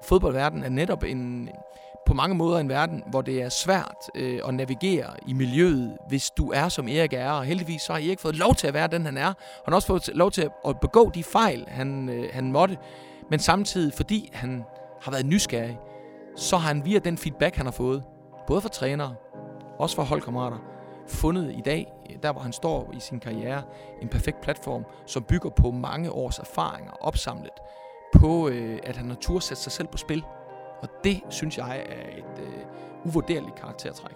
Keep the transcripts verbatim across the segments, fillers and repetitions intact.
fodboldverden er netop en, på mange måder en verden, hvor det er svært øh, at navigere i miljøet, hvis du er, som Erik er. Og heldigvis så har Erik fået lov til at være den, han er. Han har også fået lov til at begå de fejl, han, øh, han måtte. Men samtidig, fordi han har været nysgerrig, så har han via den feedback, han har fået, både fra trænere, også fra holdkammerater, fundet i dag, der hvor han står i sin karriere, en perfekt platform, som bygger på mange års erfaringer opsamlet på, øh, at han har turde sætte sig selv på spil. Og det, synes jeg, er et øh, uvurderligt karaktertræk.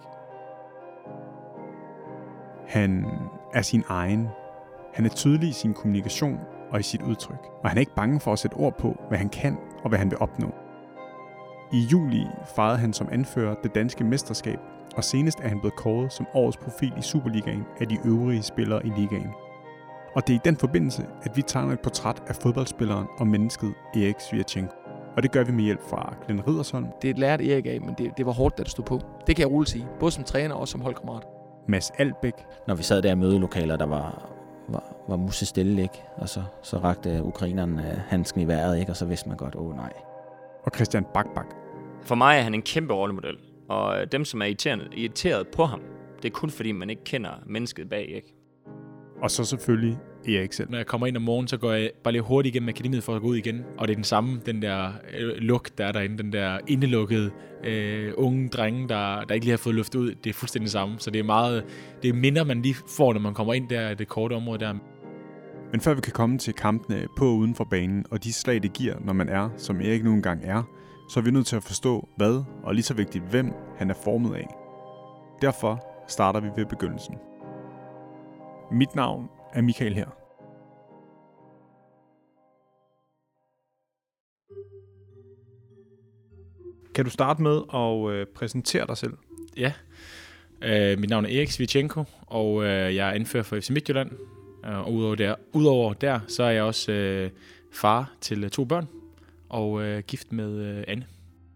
Han er sin egen. Han er tydelig i sin kommunikation og i sit udtryk. Og han er ikke bange for at sætte ord på, hvad han kan og hvad han vil opnå. I juli fejrede han som anfører det danske mesterskab, og senest er han blevet kåret som årets profil i Superligaen af de øvrige spillere i ligaen. Og det er i den forbindelse, at vi tager et portræt af fodboldspilleren og mennesket Erik Sviatchenko. Og det gør vi med hjælp fra Glenn Riddersholm. Det lærte Erik af, men det, det var hårdt, da det stod på. Det kan jeg roligt sige. Både som træner og som holdkammerat. Mads Albæk. Når vi sad der i mødelokaler, der var, var, var musestille, ikke? Og så, så rakte ukraineren uh, handsken i vejret, ikke? Og så vidste man godt, åh nej. Og Christian Bak-Bak. For mig er han en kæmpe rollemodel. Og dem, som er irriteret på ham, det er kun fordi, man ikke kender mennesket bag, ikke? Og så selvfølgelig Erik selv. Når jeg kommer ind om morgenen, så går jeg bare lidt hurtigt igennem akademiet for at gå ud igen. Og det er den samme, den der øh, lugt, der er derinde. Den der indelukkede øh, unge drenge, der, der ikke lige har fået luft ud. Det er fuldstændig det samme. Så det er meget, det er minder, man lige får, når man kommer ind der i det korte område der. Men før vi kan komme til kampene på og uden for banen, og de slag, det giver, når man er, som Erik nu engang er, så er vi nødt til at forstå, hvad, og lige så vigtigt, hvem han er formet af. Derfor starter vi ved begyndelsen. Mit navn er Michael her. Kan du starte med at øh, præsentere dig selv? Ja, øh, mit navn er Erik Sviatchenko, og øh, jeg er anfører for F C Midtjylland. Og udover der, udover der så er jeg også øh, far til to børn, og øh, gift med øh, Anne.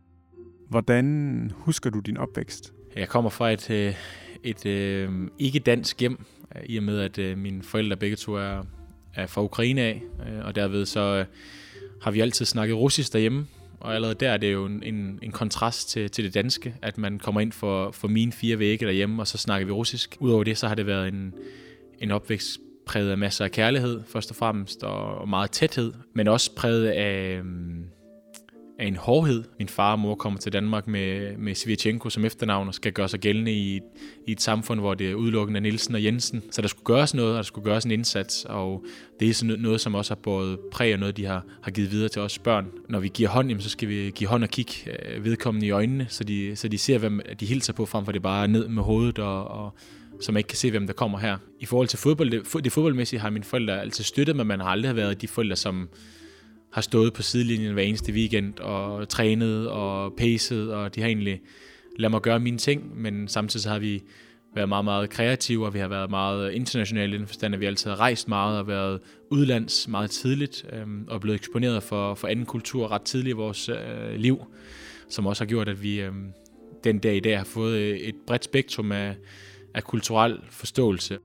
Hvordan husker du din opvækst? Jeg kommer fra et, øh, et øh, ikke-dansk hjem, i og med at øh, mine forældre begge to er, er fra Ukraine af, øh, og derved så øh, har vi altid snakket russisk derhjemme, og allerede der er det jo en, en, en kontrast til, til det danske, at man kommer ind for, for mine fire vægge derhjemme, og så snakker vi russisk. Udover det, så har det været en, en opvækst præget af masser af kærlighed, først og fremmest, og, og meget tæthed, men også præget af, af en hårdhed. Min far og mor kommer til Danmark med, med Sviatchenko som efternavn og skal gøre sig gældende i et, i et samfund, hvor det er udelukkende Nielsen og Jensen. Så der skulle gøres noget, og der skulle gøres en indsats, og det er sådan noget, som også har båret præg af noget, de har, har givet videre til os børn. Når vi giver hånd, så skal vi give hånd og kigge vedkommende i øjnene, så de, så de ser, hvem de hilser på, frem for det bare ned med hovedet, og, og så man ikke kan se, hvem der kommer her. I forhold til fodbold, det, det fodboldmæssige har mine forældre altid støttet, men man har aldrig været de forældre, som har stået på sidelinjen hver eneste weekend og trænet og pacet, og de har egentlig ladet mig gøre mine ting, men samtidig så har vi været meget, meget kreative, og vi har været meget internationale i den forstand, at vi altid har rejst meget og været udlands meget tidligt, øhm, og blevet eksponeret for, for anden kultur ret tidligt i vores øh, liv, som også har gjort, at vi øh, den dag i dag har fået et bredt spektrum af, af kulturel forståelse.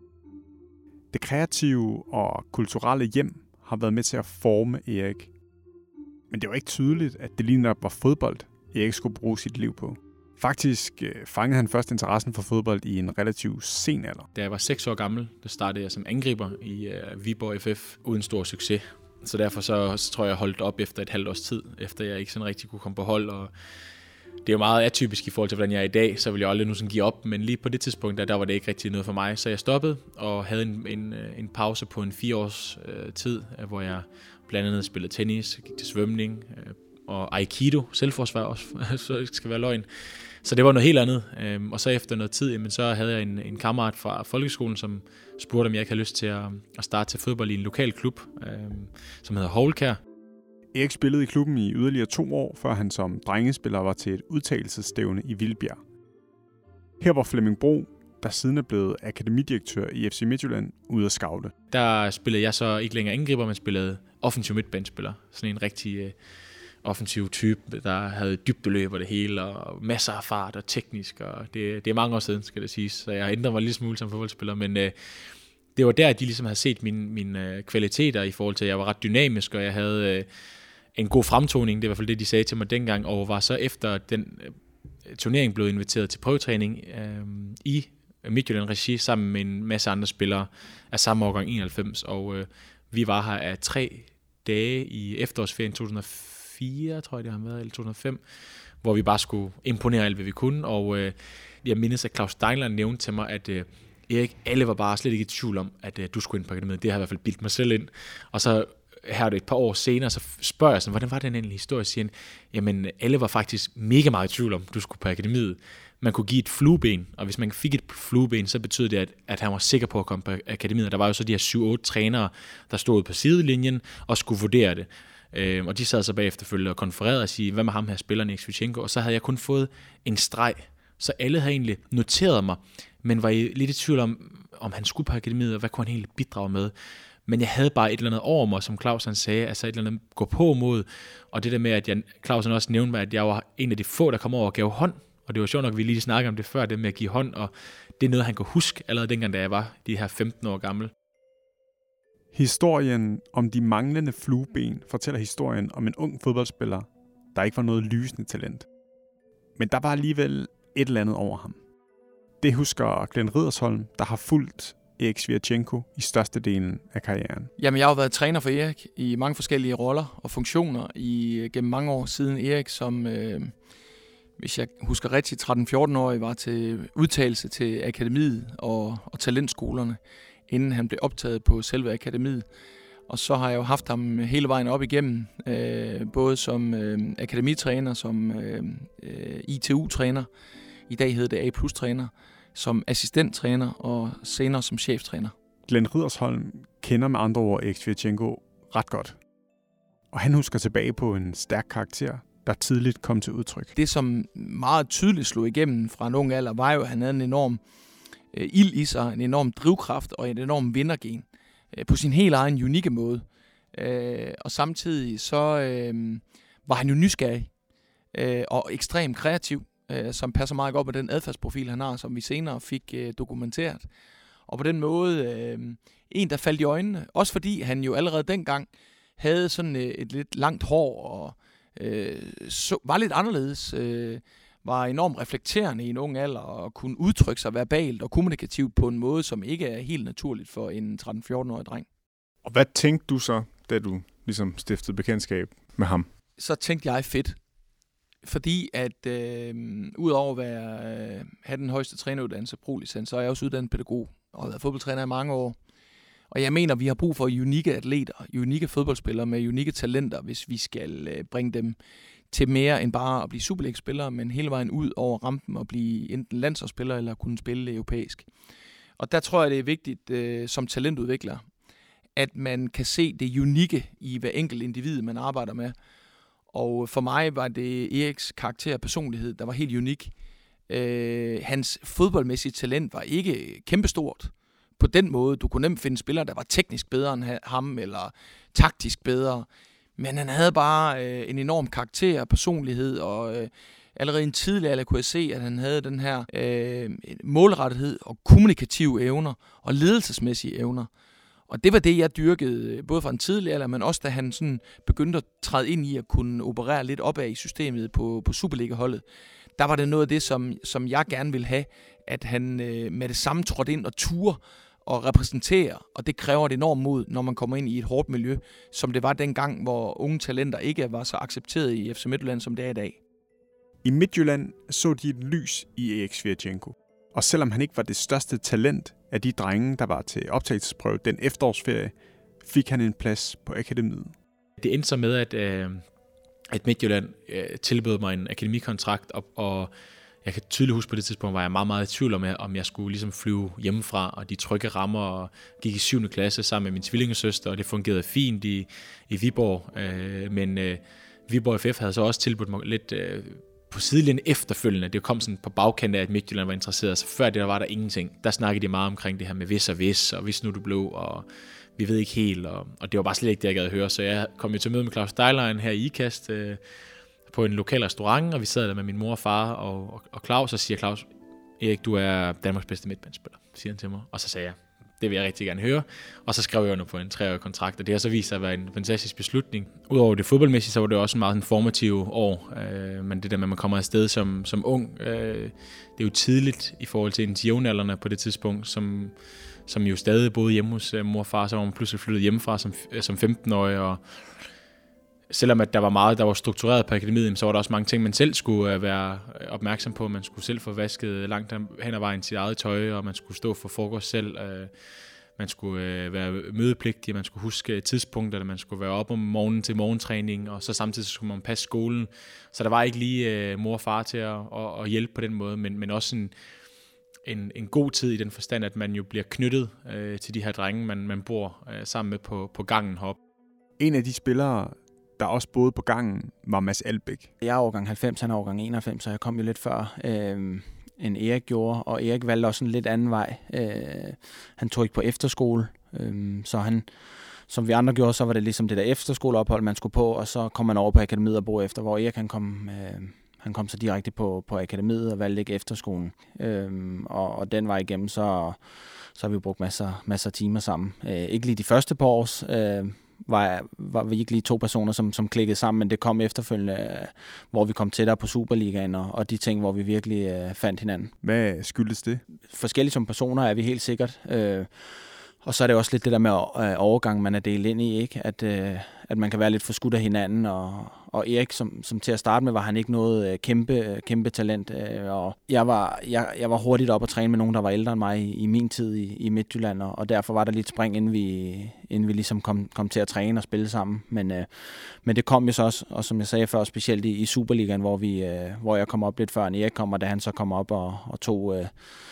Det kreative og kulturelle hjem har været med til at forme Erik. Men det var ikke tydeligt, at det lige nok var fodbold, Erik skulle bruge sit liv på. Faktisk øh, fangede han først interessen for fodbold i en relativt sen alder. Da jeg var seks år gammel, der startede jeg som angriber i øh, Viborg F F uden stor succes. Så derfor så, så tror jeg, jeg holdt op efter et halvt års tid, efter jeg ikke sådan rigtig kunne komme på hold. Og det er jo meget atypisk i forhold til, hvordan jeg er i dag, så vil jeg aldrig nu sådan give op. Men lige på det tidspunkt, der, der var det ikke rigtig noget for mig. Så jeg stoppede og havde en, en, en pause på en fire års øh, tid, hvor jeg blandt andet spillede tennis, gik til svømning øh, og aikido, selvforsvar også, så det skal være løgn. Så det var noget helt andet. Øhm, og så efter noget tid, jamen, så havde jeg en, en kammerat fra folkeskolen, som spurgte, om jeg ikke havde lyst til at, at starte til fodbold i en lokal klub, øhm, som hedder Hovlkær. Erik spillede i klubben i yderligere to år, før han som drengespiller var til et udtagelsesstævne i Vildbjerg. Her var Flemming Bro, der siden er blevet akademidirektør i F C Midtjylland, ude at scoute. Der spillede jeg så ikke længere angriber, men spillede offensiv midtbanespiller. Sådan en rigtig øh, offensiv type, der havde dybdeløb og det hele, og masser af fart og teknisk. Og det, det er mange år siden, skal det siges, så jeg har ændret mig lidt smule som fodboldspiller, men øh, det var der, de ligesom havde set mine, mine kvaliteter i forhold til, at jeg var ret dynamisk, og jeg havde øh, en god fremtoning, det er i hvert fald det, de sagde til mig dengang, og var så efter den øh, turnering blevet inviteret til prøvetræning øh, i Midtjylland-regi sammen med en masse andre spillere af samme årgang enoghalvfems, og øh, vi var her af tre dage i efterårsferien to tusind og fire, tror jeg det har været, eller to tusind og fem, hvor vi bare skulle imponere alt, hvad vi kunne, og øh, jeg mindes, at Claus Steinler nævnte til mig, at øh, Erik, alle var bare slet ikke i tvivl om, at øh, du skulle ind på akademiet. Det har jeg i hvert fald bildt mig selv ind. Og så her er det et par år senere, så spørger jeg sådan, hvordan var den egentlig historie? Siger han, jamen alle var faktisk mega meget i tvivl om, du skulle på akademiet. Man kunne give et flueben, og hvis man fik et flueben, så betød det, at, at han var sikker på at komme på akademiet. Der var jo så de her syv otte trænere, der stod på sidelinjen og skulle vurdere det. Øh, og de sad så bagefter og konfererede og sige, hvad med ham her, spilleren Eksvichenko? Og så havde jeg kun fået en streg. Så alle havde egentlig noteret mig, men var I lidt i tvivl om, om han skulle på akademiet, og hvad kunne han egentlig bidrage med. Men jeg havde bare et eller andet over mig, som Claus han sagde, altså et eller andet gå på mod, og det der med, at jeg, Claus han også nævnte mig, at jeg var en af de få, der kom over og gav hånd, og det var sjovt nok, at vi lige snakkede om det før, det med at give hånd, og det er noget, han kunne huske allerede dengang, da jeg var de her femten år gammel. Historien om de manglende flueben fortæller historien om en ung fodboldspiller, der ikke var noget lysende talent. Men der var alligevel et eller andet over ham. Det husker Glenn Riddersholm, der har fulgt Erik Sviatchenko i størstedelen af karrieren. Jamen, jeg har jo været træner for Erik i mange forskellige roller og funktioner i gennem mange år siden Erik, som, øh, hvis jeg husker rigtigt, tretten fjorten år var til udtagelse til akademiet og, og talentskolerne, inden han blev optaget på selve akademiet. Og så har jeg jo haft ham hele vejen op igennem, øh, både som øh, akademitræner, som øh, I T U-træner, i dag hedder det A plus træner, som assistenttræner og senere som cheftræner. Glenn Riddersholm kender med andre ord Erik Sviatchenko ret godt. Og han husker tilbage på en stærk karakter, der tidligt kom til udtryk. Det, som meget tydeligt slog igennem fra en ung alder, var jo, at han havde en enorm øh, ild i sig, en enorm drivkraft og en enorm vindergen øh, på sin helt egen unikke måde. Øh, og samtidig så øh, var han jo nysgerrig øh, og ekstremt kreativ, øh, som passer meget godt med den adfærdsprofil, han har, som vi senere fik øh, dokumenteret. Og på den måde øh, en, der faldt i øjnene. Også fordi han jo allerede dengang havde sådan øh, et lidt langt hår og øh, så, var lidt anderledes. Øh, var enormt reflekterende i en ung alder og kunne udtrykke sig verbalt og kommunikativt på en måde, som ikke er helt naturligt for en tretten fjorten-årig dreng. Og hvad tænkte du så, da du ligesom stiftede bekendtskab med ham? Så tænkte jeg fedt. Fordi at øh, udover at være, øh, have den højeste træneruddannelse, pro-licens, så er jeg også uddannet pædagog og har været fodboldtræner i mange år. Og jeg mener, vi har brug for unikke atleter, unikke fodboldspillere med unikke talenter, hvis vi skal øh, bringe dem til mere end bare at blive Superliga-spillere, men hele vejen ud over rampen og blive enten landsholdsspiller eller kunne spille europæisk. Og der tror jeg, det er vigtigt øh, som talentudvikler, at man kan se det unikke i hver enkelt individ, man arbejder med. Og for mig var det Eriks karakter og personlighed, der var helt unik. Øh, hans fodboldmæssige talent var ikke kæmpestort på den måde. Du kunne nemt finde spillere, der var teknisk bedre end ham, eller taktisk bedre. Men han havde bare øh, en enorm karakter og personlighed, og øh, allerede i en tidlig alder kunne jeg se, at han havde den her øh, målrettighed og kommunikative evner og ledelsesmæssige evner. Og det var det, jeg dyrkede, både fra en tidlig alder, men også da han sådan begyndte at træde ind i at kunne operere lidt opad i systemet på, på Superliga-holdet. Der var det noget af det, som, som jeg gerne ville have, at han øh, med det samme trådte ind og turde og repræsentere, og det kræver et enormt mod, når man kommer ind i et hårdt miljø, som det var dengang, hvor unge talenter ikke var så accepteret i F C Midtjylland, som det er i dag. I Midtjylland så de et lys i Erik Sviatchenko. Og selvom han ikke var det største talent af de drenge, der var til optagelsesprøve den efterårsferie, fik han en plads på akademiet. Det endte så med, at, øh, at Midtjylland øh, tilbød mig en akademikontrakt, og, og jeg kan tydeligt huske på det tidspunkt, var jeg meget, meget i tvivl om, om jeg skulle ligesom flyve hjemmefra, og de trygge rammer, og gik i syvende klasse sammen med min tvillingesøster, og det fungerede fint i, i Viborg. Øh, men øh, Viborg F F havde så også tilbudt mig lidt øh, på sidelinjen efterfølgende. Det kom sådan på bagkant af, at Midtjylland var interesseret, så før det der var der ingenting. Der snakkede de meget omkring det her med hvis og hvis, og hvis nu du blev, og vi ved ikke helt, og, og det var bare slet ikke det, jeg gad at høre. Så jeg kom jo til møde med Claus Steinlein her i IKAST, øh, på en lokal restaurant, og vi sad der med min mor og far og, og, og Claus, og siger Claus, Erik, du er Danmarks bedste midtbanespiller, siger han til mig. Og så sagde jeg, det vil jeg rigtig gerne høre. Og så skrev jeg under på en treårig kontrakt, og det har så vist sig at være en fantastisk beslutning. Udover det fodboldmæssige, så var det også en meget informative år. Øh, men det der med, at man kommer afsted som, som ung, øh, det er jo tidligt i forhold til ens jævnaldrende på det tidspunkt, som, som jo stadig boede hjemme hos øh, mor og far, så var man pludselig flyttet hjemmefra som, øh, som femten-årig, og selvom at der var meget, der var struktureret på akademiet, så var der også mange ting, man selv skulle være opmærksom på. Man skulle selv få vasket langt hen ad vejen sit eget tøj, og man skulle stå for frokost selv. Man skulle være mødepligtig, man skulle huske tidspunkter, man skulle være op om morgenen til morgentræning, og så samtidig skulle man passe skolen. Så der var ikke lige mor og far til at, at, at hjælpe på den måde, men, men også en, en, en god tid i den forstand, at man jo bliver knyttet øh, til de her drenge, man, man bor øh, sammen med på, på gangen heroppe. En af de spillere, der også boede på gangen, var Mads Albeck. Jeg er årgang halvfems, han er årgang enoghalvfems, så jeg kom jo lidt før, øh, end Erik gjorde. Og Erik valgte også en lidt anden vej. Øh, han tog ikke på efterskole, øh, så han, som vi andre gjorde, så var det ligesom det der efterskoleophold, man skulle på, og så kom man over på akademiet og bo efter, hvor Erik han kom, øh, han kom så direkte på, på akademiet og valgte ikke efterskolen. Øh, og, og den var igennem, så, så har vi brugt masser, masser af timer sammen. Øh, ikke lige de første par års, øh, Var, var vi ikke lige to personer, som, som klikkede sammen, men det kom efterfølgende, hvor vi kom tættere på Superligaen, og, og de ting, hvor vi virkelig øh, fandt hinanden. Hvad skyldes det? Forskellige som personer er vi helt sikkert. Øh, og så er det også lidt det der med øh, overgang, man er delt ind i, ikke? At, øh, at man kan være lidt forskudt af hinanden, og, og Erik, som, som til at starte med, var han ikke noget øh, kæmpe, kæmpe talent, øh, og jeg var, jeg, jeg var hurtigt op at træne med nogen, der var ældre end mig i, i min tid i, i Midtjylland, og, og derfor var der lidt spring, inden vi, inden vi ligesom kom, kom til at træne og spille sammen, men, øh, men det kom jo så også, og som jeg sagde før, specielt i, i Superligaen, hvor, vi, øh, hvor jeg kom op lidt før, end Erik kom, og da han så kom op og, og tog... Øh,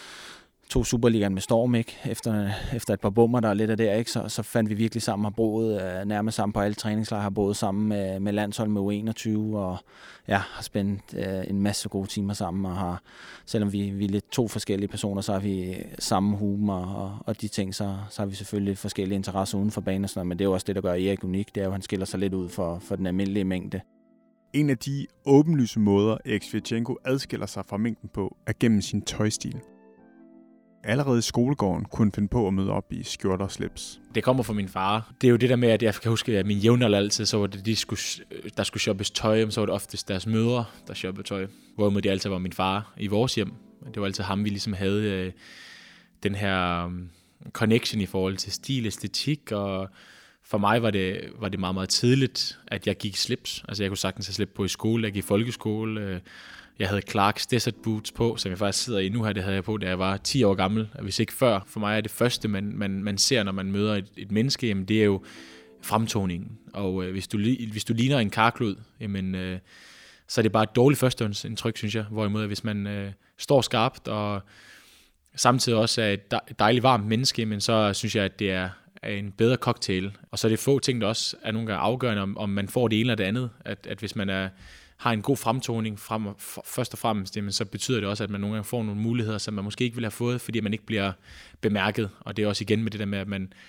tog Superligaen med storm, ikke? Efter, efter et par bummer, der er lidt af der, ikke? Så, så fandt vi virkelig sammen og boet øh, nærmest sammen på alle træningslejre, har boet sammen med, med landshold med U enogtyve, og ja, har spændt øh, en masse gode timer sammen, og har, selvom vi, vi er lidt to forskellige personer, så har vi samme humor, og, og de ting, så, så har vi selvfølgelig forskellige interesser uden for banen og sådan noget, men det er jo også det, der gør Erik unik, det er jo, at han skiller sig lidt ud for, for den almindelige mængde. En af de åbenlyse måder, Erik Sviatchenko adskiller sig fra mængden på, er gennem sin tøjstil. Allerede i skolegården kunne han finde på at møde op i skjorter og slips. Det kommer fra min far. Det er jo det der med, at jeg kan huske, at min jævnalder altid, så var det, de skulle, der skulle shoppes tøj, så var det oftest deres mødre, der shoppede tøj. Hvorimod det altid var min far i vores hjem. Det var altid ham, vi ligesom havde øh, den her um, connection i forhold til stil, æstetik, og for mig var det, var det meget, meget tidligt, at jeg gik i slips. Altså jeg kunne sagtens have slip på i skole, jeg gik i folkeskole. Øh, Jeg havde Clarks Desert Boots på, som jeg faktisk sidder i nu her. Det havde jeg på, da jeg var ti år gammel, hvis ikke før. For mig er det første, man, man, man ser, når man møder et, et menneske, jamen det er jo fremtoningen. Og øh, hvis, du, hvis du ligner en karklud, jamen, øh, så er det bare et dårligt førstehåndsindtryk, synes jeg. Hvorimod, hvis man øh, står skarpt og samtidig også er et dejligt varmt menneske, men så synes jeg, at det er en bedre cocktail. Og så er det få ting, der også er nogle gange afgørende, om, om man får det ene eller det andet. At, at hvis man er har en god fremtoning frem, først og fremmest, jamen, så betyder det også, at man nogle gange får nogle muligheder, som man måske ikke ville have fået, fordi man ikke bliver bemærket. Og det er også igen med det der med, at man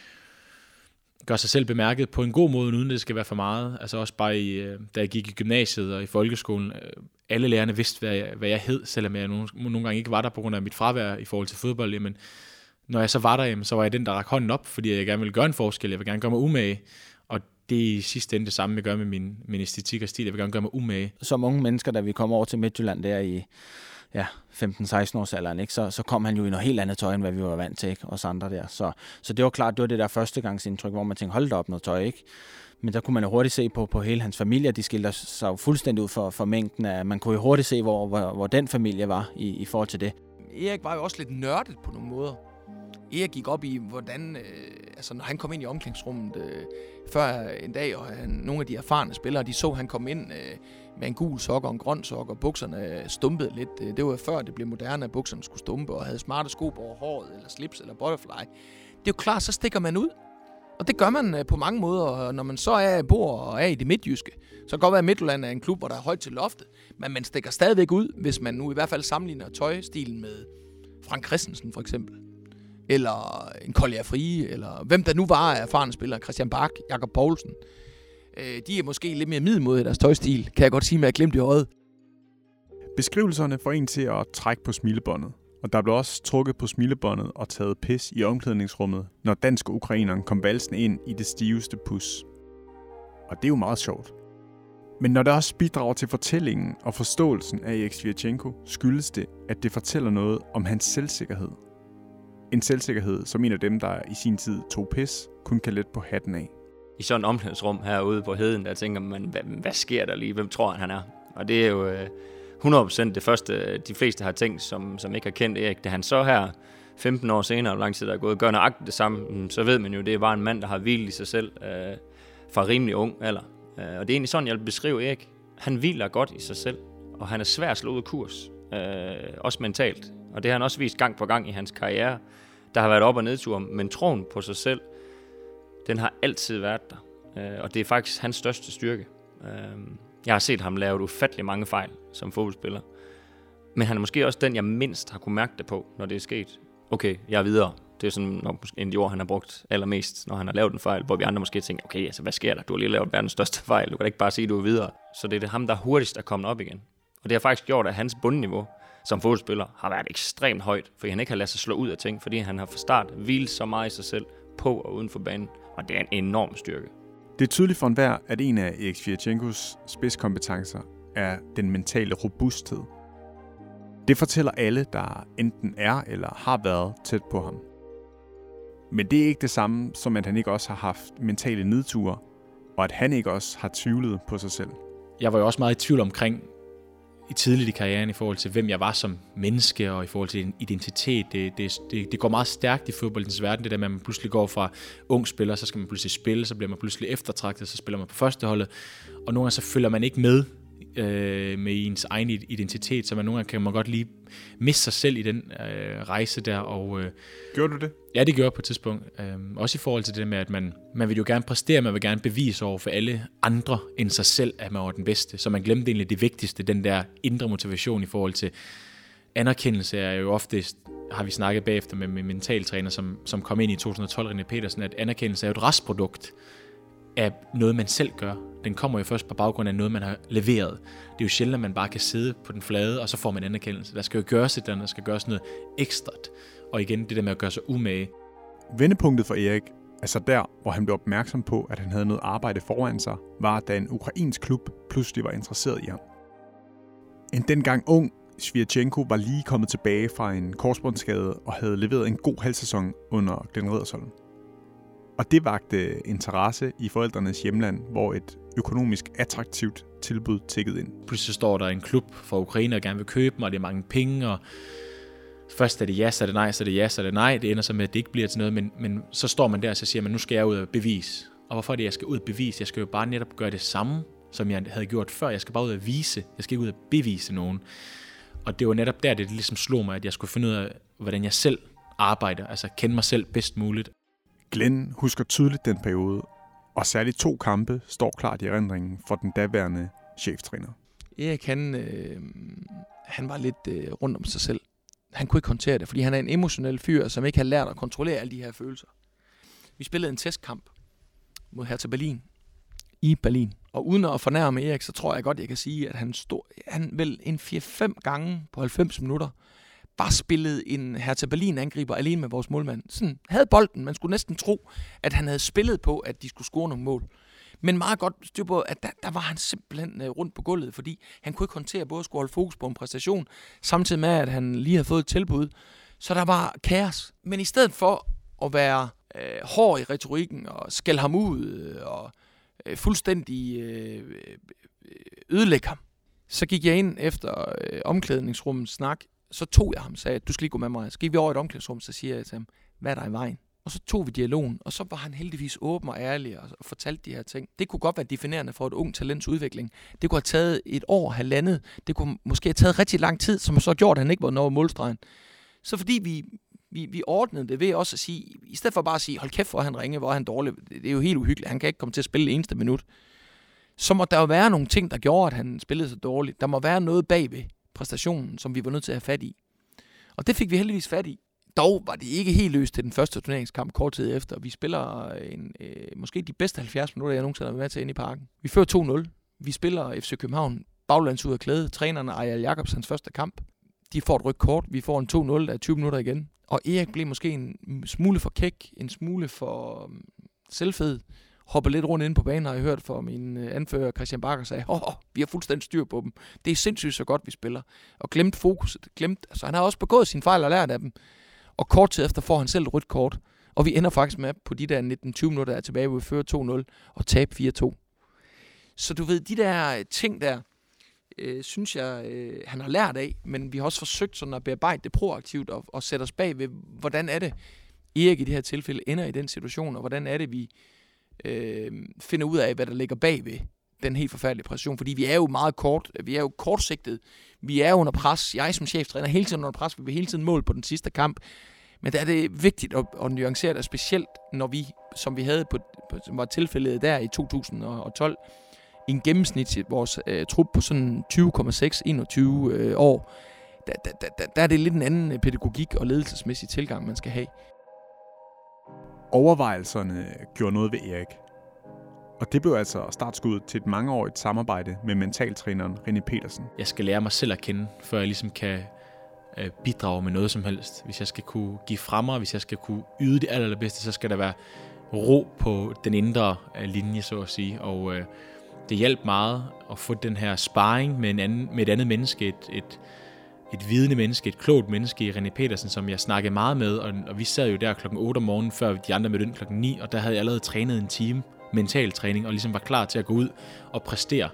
gør sig selv bemærket på en god måde, uden det skal være for meget. Altså også bare i, da jeg gik i gymnasiet og i folkeskolen, alle lærerne vidste, hvad jeg, hvad jeg hed, selvom jeg nogle, nogle gange ikke var der på grund af mit fravær i forhold til fodbold. Jamen, når jeg så var der, jamen, så var jeg den, der rakte hånden op, fordi jeg gerne ville gøre en forskel. Jeg vil gerne gøre mig umage. Og det er i sidste ende det samme, jeg gør med min, min æstetik og stil. Jeg vil gerne gøre mig umage. Som unge mennesker, da vi kom over til Midtjylland der i ja, femten seksten års alderen, ikke? Så, så kom han jo i noget helt andet tøj, end hvad vi var vant til, ikke? Os andre der. Så, så det var klart, det var det der førstegangsindtryk, hvor man tænkte, hold da op noget tøj, ikke? Men der kunne man jo hurtigt se på, på hele hans familie, de skilte sig jo fuldstændig ud for, for mængden af, man kunne jo hurtigt se, hvor, hvor, hvor den familie var i, i forhold til det. Erik var jo også lidt nørdet på nogle måder. Erik gik op i, hvordan, øh, altså når han kom ind i omklædningsrummet øh, før en dag, og han, nogle af de erfarne spillere, de så, han kom ind øh, med en gul sok og en grøn sok, og bukserne stumpede lidt. Det var før det blev moderne, at bukserne skulle stumpe, og havde smarte sko over håret, eller slips, eller butterfly. Det er jo klart, så stikker man ud. Og det gør man øh, på mange måder, og når man så er bor og er i det midtjyske, så kan godt være, at Midtjylland er en klub, hvor der er højt til loftet, men man stikker stadigvæk ud, hvis man nu i hvert fald sammenligner tøjstilen med Frank Christensen for eksempel. Eller en Collier Frie, eller hvem der nu var af erfarne spillere, Christian Bach, Jakob Poulsen. Øh, de er måske lidt mere middelmådige i deres tøjstil, kan jeg godt sige med at glimt i øjet. Beskrivelserne får en til at trække på smilebåndet, og der blev også trukket på smilebåndet og taget pis i omklædningsrummet, når dansk og ukraineren kom valsende ind i det stiveste pus. Og det er jo meget sjovt. Men når det også bidrager til fortællingen og forståelsen af Erik Sviatchenko, skyldes det, at det fortæller noget om hans selvsikkerhed. En selvsikkerhed, som en af dem, der i sin tid tog pis, kun kan lette på hatten af. I sådan et omklædningsrum herude på heden, der tænker man, hvad, hvad sker der lige? Hvem tror han, han er? Og det er jo øh, hundrede procent det første, de fleste har tænkt, som, som ikke har kendt Erik. Da han så her femten år senere, hvor lang tid der er gået, gør nøjagtigt det samme, så ved man jo, det er bare en mand, der har hvilet i sig selv øh, fra rimelig ung alder. Øh, og det er egentlig sådan, jeg vil beskrive Erik. Han hviler godt i sig selv, og han er svær at slå ud af kurs. Øh, også mentalt. Og det har han også vist gang på gang i hans karriere. Der har været op- og nedtur, men troen på sig selv, den har altid været der. Øh, og det er faktisk hans største styrke. Øh, jeg har set ham lave ufattelig mange fejl som fodboldspiller. Men han er måske også den, jeg mindst har kunne mærke det på, når det er sket. Okay, jeg er videre. Det er sådan nok en af de ord, han har brugt allermest, når han har lavet en fejl, hvor vi andre måske tænker, okay, altså, hvad sker der? Du har lige lavet verdens største fejl. Du kan ikke bare sige, at du er videre. Så det er det ham, der hurtigst er kommet op igen. Og det har faktisk gjort, at hans bundniveau som fodboldspiller har været ekstremt højt, fordi han ikke har ladet sig slå ud af ting, fordi han har fra start hvilet så meget i sig selv på og uden for banen. Og det er en enorm styrke. Det er tydeligt for enhver, at en af Erik Sviatchenkos spidskompetencer er den mentale robusthed. Det fortæller alle, der enten er eller har været tæt på ham. Men det er ikke det samme, som at han ikke også har haft mentale nedture, og at han ikke også har tvivlet på sig selv. Jeg var jo også meget i tvivl omkring i tidligt i karrieren i forhold til, hvem jeg var som menneske, og i forhold til en identitet. Det, det, det, det går meget stærkt i fodboldens verden, det der med, at man pludselig går fra ung spiller, så skal man pludselig spille, så bliver man pludselig eftertragtet, så spiller man på førsteholdet, og nogle gange så følger man ikke med øh, med ens egen identitet, så man nogle gange kan man godt lige miste sig selv i den øh, rejse der. Og, øh, Gjorde du det? Ja, det gjorde jeg på et tidspunkt. Øh, også i forhold til det med, at man, man vil jo gerne præstere, man vil gerne bevise over for alle andre end sig selv, at man var den bedste. Så man glemte egentlig det vigtigste, den der indre motivation i forhold til anerkendelse er jo oftest, har vi snakket bagefter med min mentaltræner, som, som kom ind i to tusind og tolv, René Petersen, at anerkendelse er jo et restprodukt af noget, man selv gør. Den kommer jo først på baggrund af noget, man har leveret. Det er jo sjældent, at man bare kan sidde på den flade, og så får man anerkendelse. Der skal jo gøres et eller andet, der skal gøres noget ekstra. Og igen, det der med at gøre sig umage. Vendepunktet for Erik, altså der, hvor han blev opmærksom på, at han havde noget arbejde foran sig, var, da en ukrainsk klub pludselig var interesseret i ham. En dengang ung Sviatchenko var lige kommet tilbage fra en korsbåndsskade og havde leveret en god halvsæson under Glenn Riddersholm. Og det vagte interesse i forældrenes hjemland, hvor et økonomisk attraktivt tilbud tikkede ind. Pludselig står der en klub fra Ukraine og gerne vil købe dem, og det er mange penge, og først er det ja, så er det nej, så er det ja, så er det nej. Det ender så med, at det ikke bliver til noget, men, men så står man der og så siger man, nu skal jeg ud og bevise. Og hvorfor er det, jeg skal ud og bevise? Jeg skal jo bare netop gøre det samme, som jeg havde gjort før. Jeg skal bare ud og vise. Jeg skal ikke ud og bevise nogen. Og det var netop der, det ligesom slog mig, at jeg skulle finde ud af, hvordan jeg selv arbejder. Altså kende mig selv bedst muligt. Glenn husker tydeligt den periode, og særligt to kampe står klart i erindringen for den daværende cheftræner. Erik, han, øh, han var lidt øh, rundt om sig selv. Han kunne ikke håndtere det, fordi han er en emotionel fyr, som ikke har lært at kontrollere alle de her følelser. Vi spillede en testkamp mod Hertha Berlin i Berlin. Og uden at fornærme Erik, så tror jeg godt, jeg kan sige, at han stod han vel en fire fem gange på halvfems minutter bare spillede en Hertha Berlin-angriber alene med vores målmand. Sådan havde bolden. Man skulle næsten tro, at han havde spillet på, at de skulle score nogle mål. Men meget godt styr på, at der, der var han simpelthen rundt på gulvet, fordi han kunne ikke håndtere både at skulle holde fokus på en præstation, samtidig med, at han lige havde fået et tilbud. Så der var kaos. Men i stedet for at være øh, hård i retorikken og skælde ham ud øh, og øh, fuldstændig øh, ødelægge ham, så gik jeg ind efter øh, omklædningsrummets snak. Så tog jeg ham og sagde, du skal lige gå med mig. Så gik vi over i et omklædningsrum, så siger jeg til ham, hvad er der i vejen? Og så tog vi dialogen, og så var han heldigvis åben og ærlig og fortalte de her ting. Det kunne godt være definerende for et ung talents udvikling. Det kunne have taget et år, halvandet. Det kunne måske have taget rigtig lang tid, som så gjort, at han ikke var nået målstregen. Så fordi vi, vi, vi ordnede det ved også at sige, i stedet for bare at sige, hold kæft, hvor han ringe, hvor han dårlig. Det er jo helt uhyggeligt. Han kan ikke komme til at spille det eneste minut. Så må der jo være nogle ting, der gjorde, at han spillede så dårligt. Der må være noget bagved præstationen, som vi var nødt til at have fat i. Og det fik vi heldigvis fat i. Dog var det ikke helt løst til den første turneringskamp kort tid efter. Vi spiller en, øh, måske de bedste halvfjerds minutter, jeg nogensinde har været med til inde i parken. Vi fører to nul. Vi spiller F C København baglands ud af klæde. Træneren Ejal Jacobs, hans første kamp. de får et rødt kort, vi får en to nul, der er tyve minutter igen. Og Erik blev måske en smule for kæk, en smule for um, selvfed, hoppede lidt rundt inde på banen, har jeg hørt fra min anfører Christian Bakker, sagde, åh, oh, vi har fuldstændig styr på dem. Det er sindssygt så godt, vi spiller. Og glemt fokuset. Glemt, altså, han har også begået sine fejl og lært af dem. Og kort tid efter får han selv et rødt kort. Og vi ender faktisk med på de der nitten tyve minutter, der er tilbage, hvor vi fører to nul og taber fire to. Så du ved, de der ting der, øh, synes jeg, øh, han har lært af, men vi har også forsøgt sådan at bearbejde det proaktivt og, og sætte os bag ved, hvordan er det, Erik i det her tilfælde ender i den situation, og hvordan er det, vi øh, finder ud af, hvad der ligger bag ved den helt forfærdelige præstation, fordi vi er jo meget kort, vi er jo kortsigtet, vi er under pres, jeg som cheftræner er hele tiden under pres, vi vil hele tiden mål på den sidste kamp, men der er det vigtigt at, at nuancere det, specielt når vi, som vi havde på, på som var tilfældet der i to tusind og tolv, i en gennemsnit i vores øh, trup på sådan tyve komma seks til enogtyve øh, år, der, der, der, der er det lidt en anden pædagogik og ledelsesmæssig tilgang, man skal have. Overvejelserne gjorde noget ved Erik. Og det blev altså startskuddet til et mangeårigt samarbejde med mentaltræneren René Petersen. Jeg skal lære mig selv at kende, før jeg ligesom kan øh, bidrage med noget som helst. Hvis jeg skal kunne give fra mig, hvis jeg skal kunne yde det allerbedste, så skal der være ro på den indre øh, linje, så at sige. Og øh, det hjalp meget at få den her sparring med, en anden, med et andet menneske, et, et, et vidende menneske, et klogt menneske i René Petersen, som jeg snakkede meget med. Og, og vi sad jo der klokken otte om morgenen, før de andre mødte ind klokken ni, og der havde jeg allerede trænet en time mental træning, og ligesom var klar til at gå ud og præstere.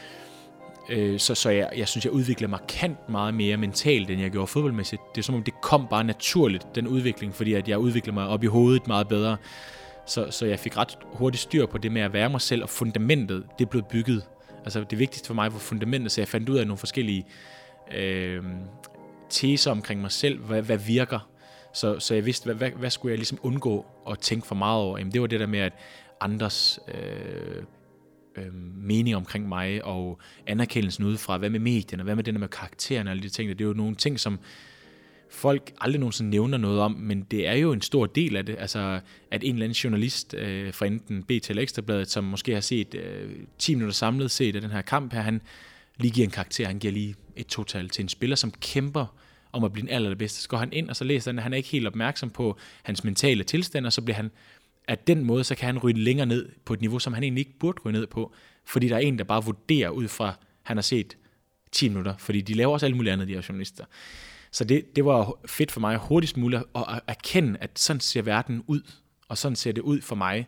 Øh, så så jeg, jeg synes, jeg udviklede markant meget mere mentalt, end jeg gjorde fodboldmæssigt. Det er som om, det kom bare naturligt, den udvikling, fordi at jeg udviklede mig op i hovedet meget bedre. Så, så jeg fik ret hurtigt styr på det med at være mig selv, og fundamentet, det blev bygget. Altså det vigtigste for mig var fundamentet, så jeg fandt ud af nogle forskellige øh, teser omkring mig selv, hvad, hvad virker. Så, så jeg vidste, hvad, hvad, hvad skulle jeg ligesom undgå at tænke for meget over. Jamen, det var det der med, at andres øh, øh, mening omkring mig, og anerkendelsen udefra, hvad med medierne, hvad med det der med karaktererne, og alle de ting, det er jo nogle ting, som folk aldrig nogensinde nævner noget om, men det er jo en stor del af det, altså at en eller anden journalist øh, fra enten B T eller Ekstrabladet, som måske har set øh, ti minutter samlet set af den her kamp her, han lige giver en karakter, han giver lige et total til en spiller, som kæmper om at blive den allerbedste. Så går han ind, og så læser han, at han er ikke helt opmærksom på hans mentale tilstand, og så bliver han at den måde, så kan han ryge længere ned på et niveau, som han egentlig ikke burde ryge ned på, fordi der er en, der bare vurderer ud fra, han har set ti minutter, fordi de laver også alle mulige andre, de her journalister. Så det, det var fedt for mig hurtigst muligt at erkende, at sådan ser verden ud, og sådan ser det ud for mig.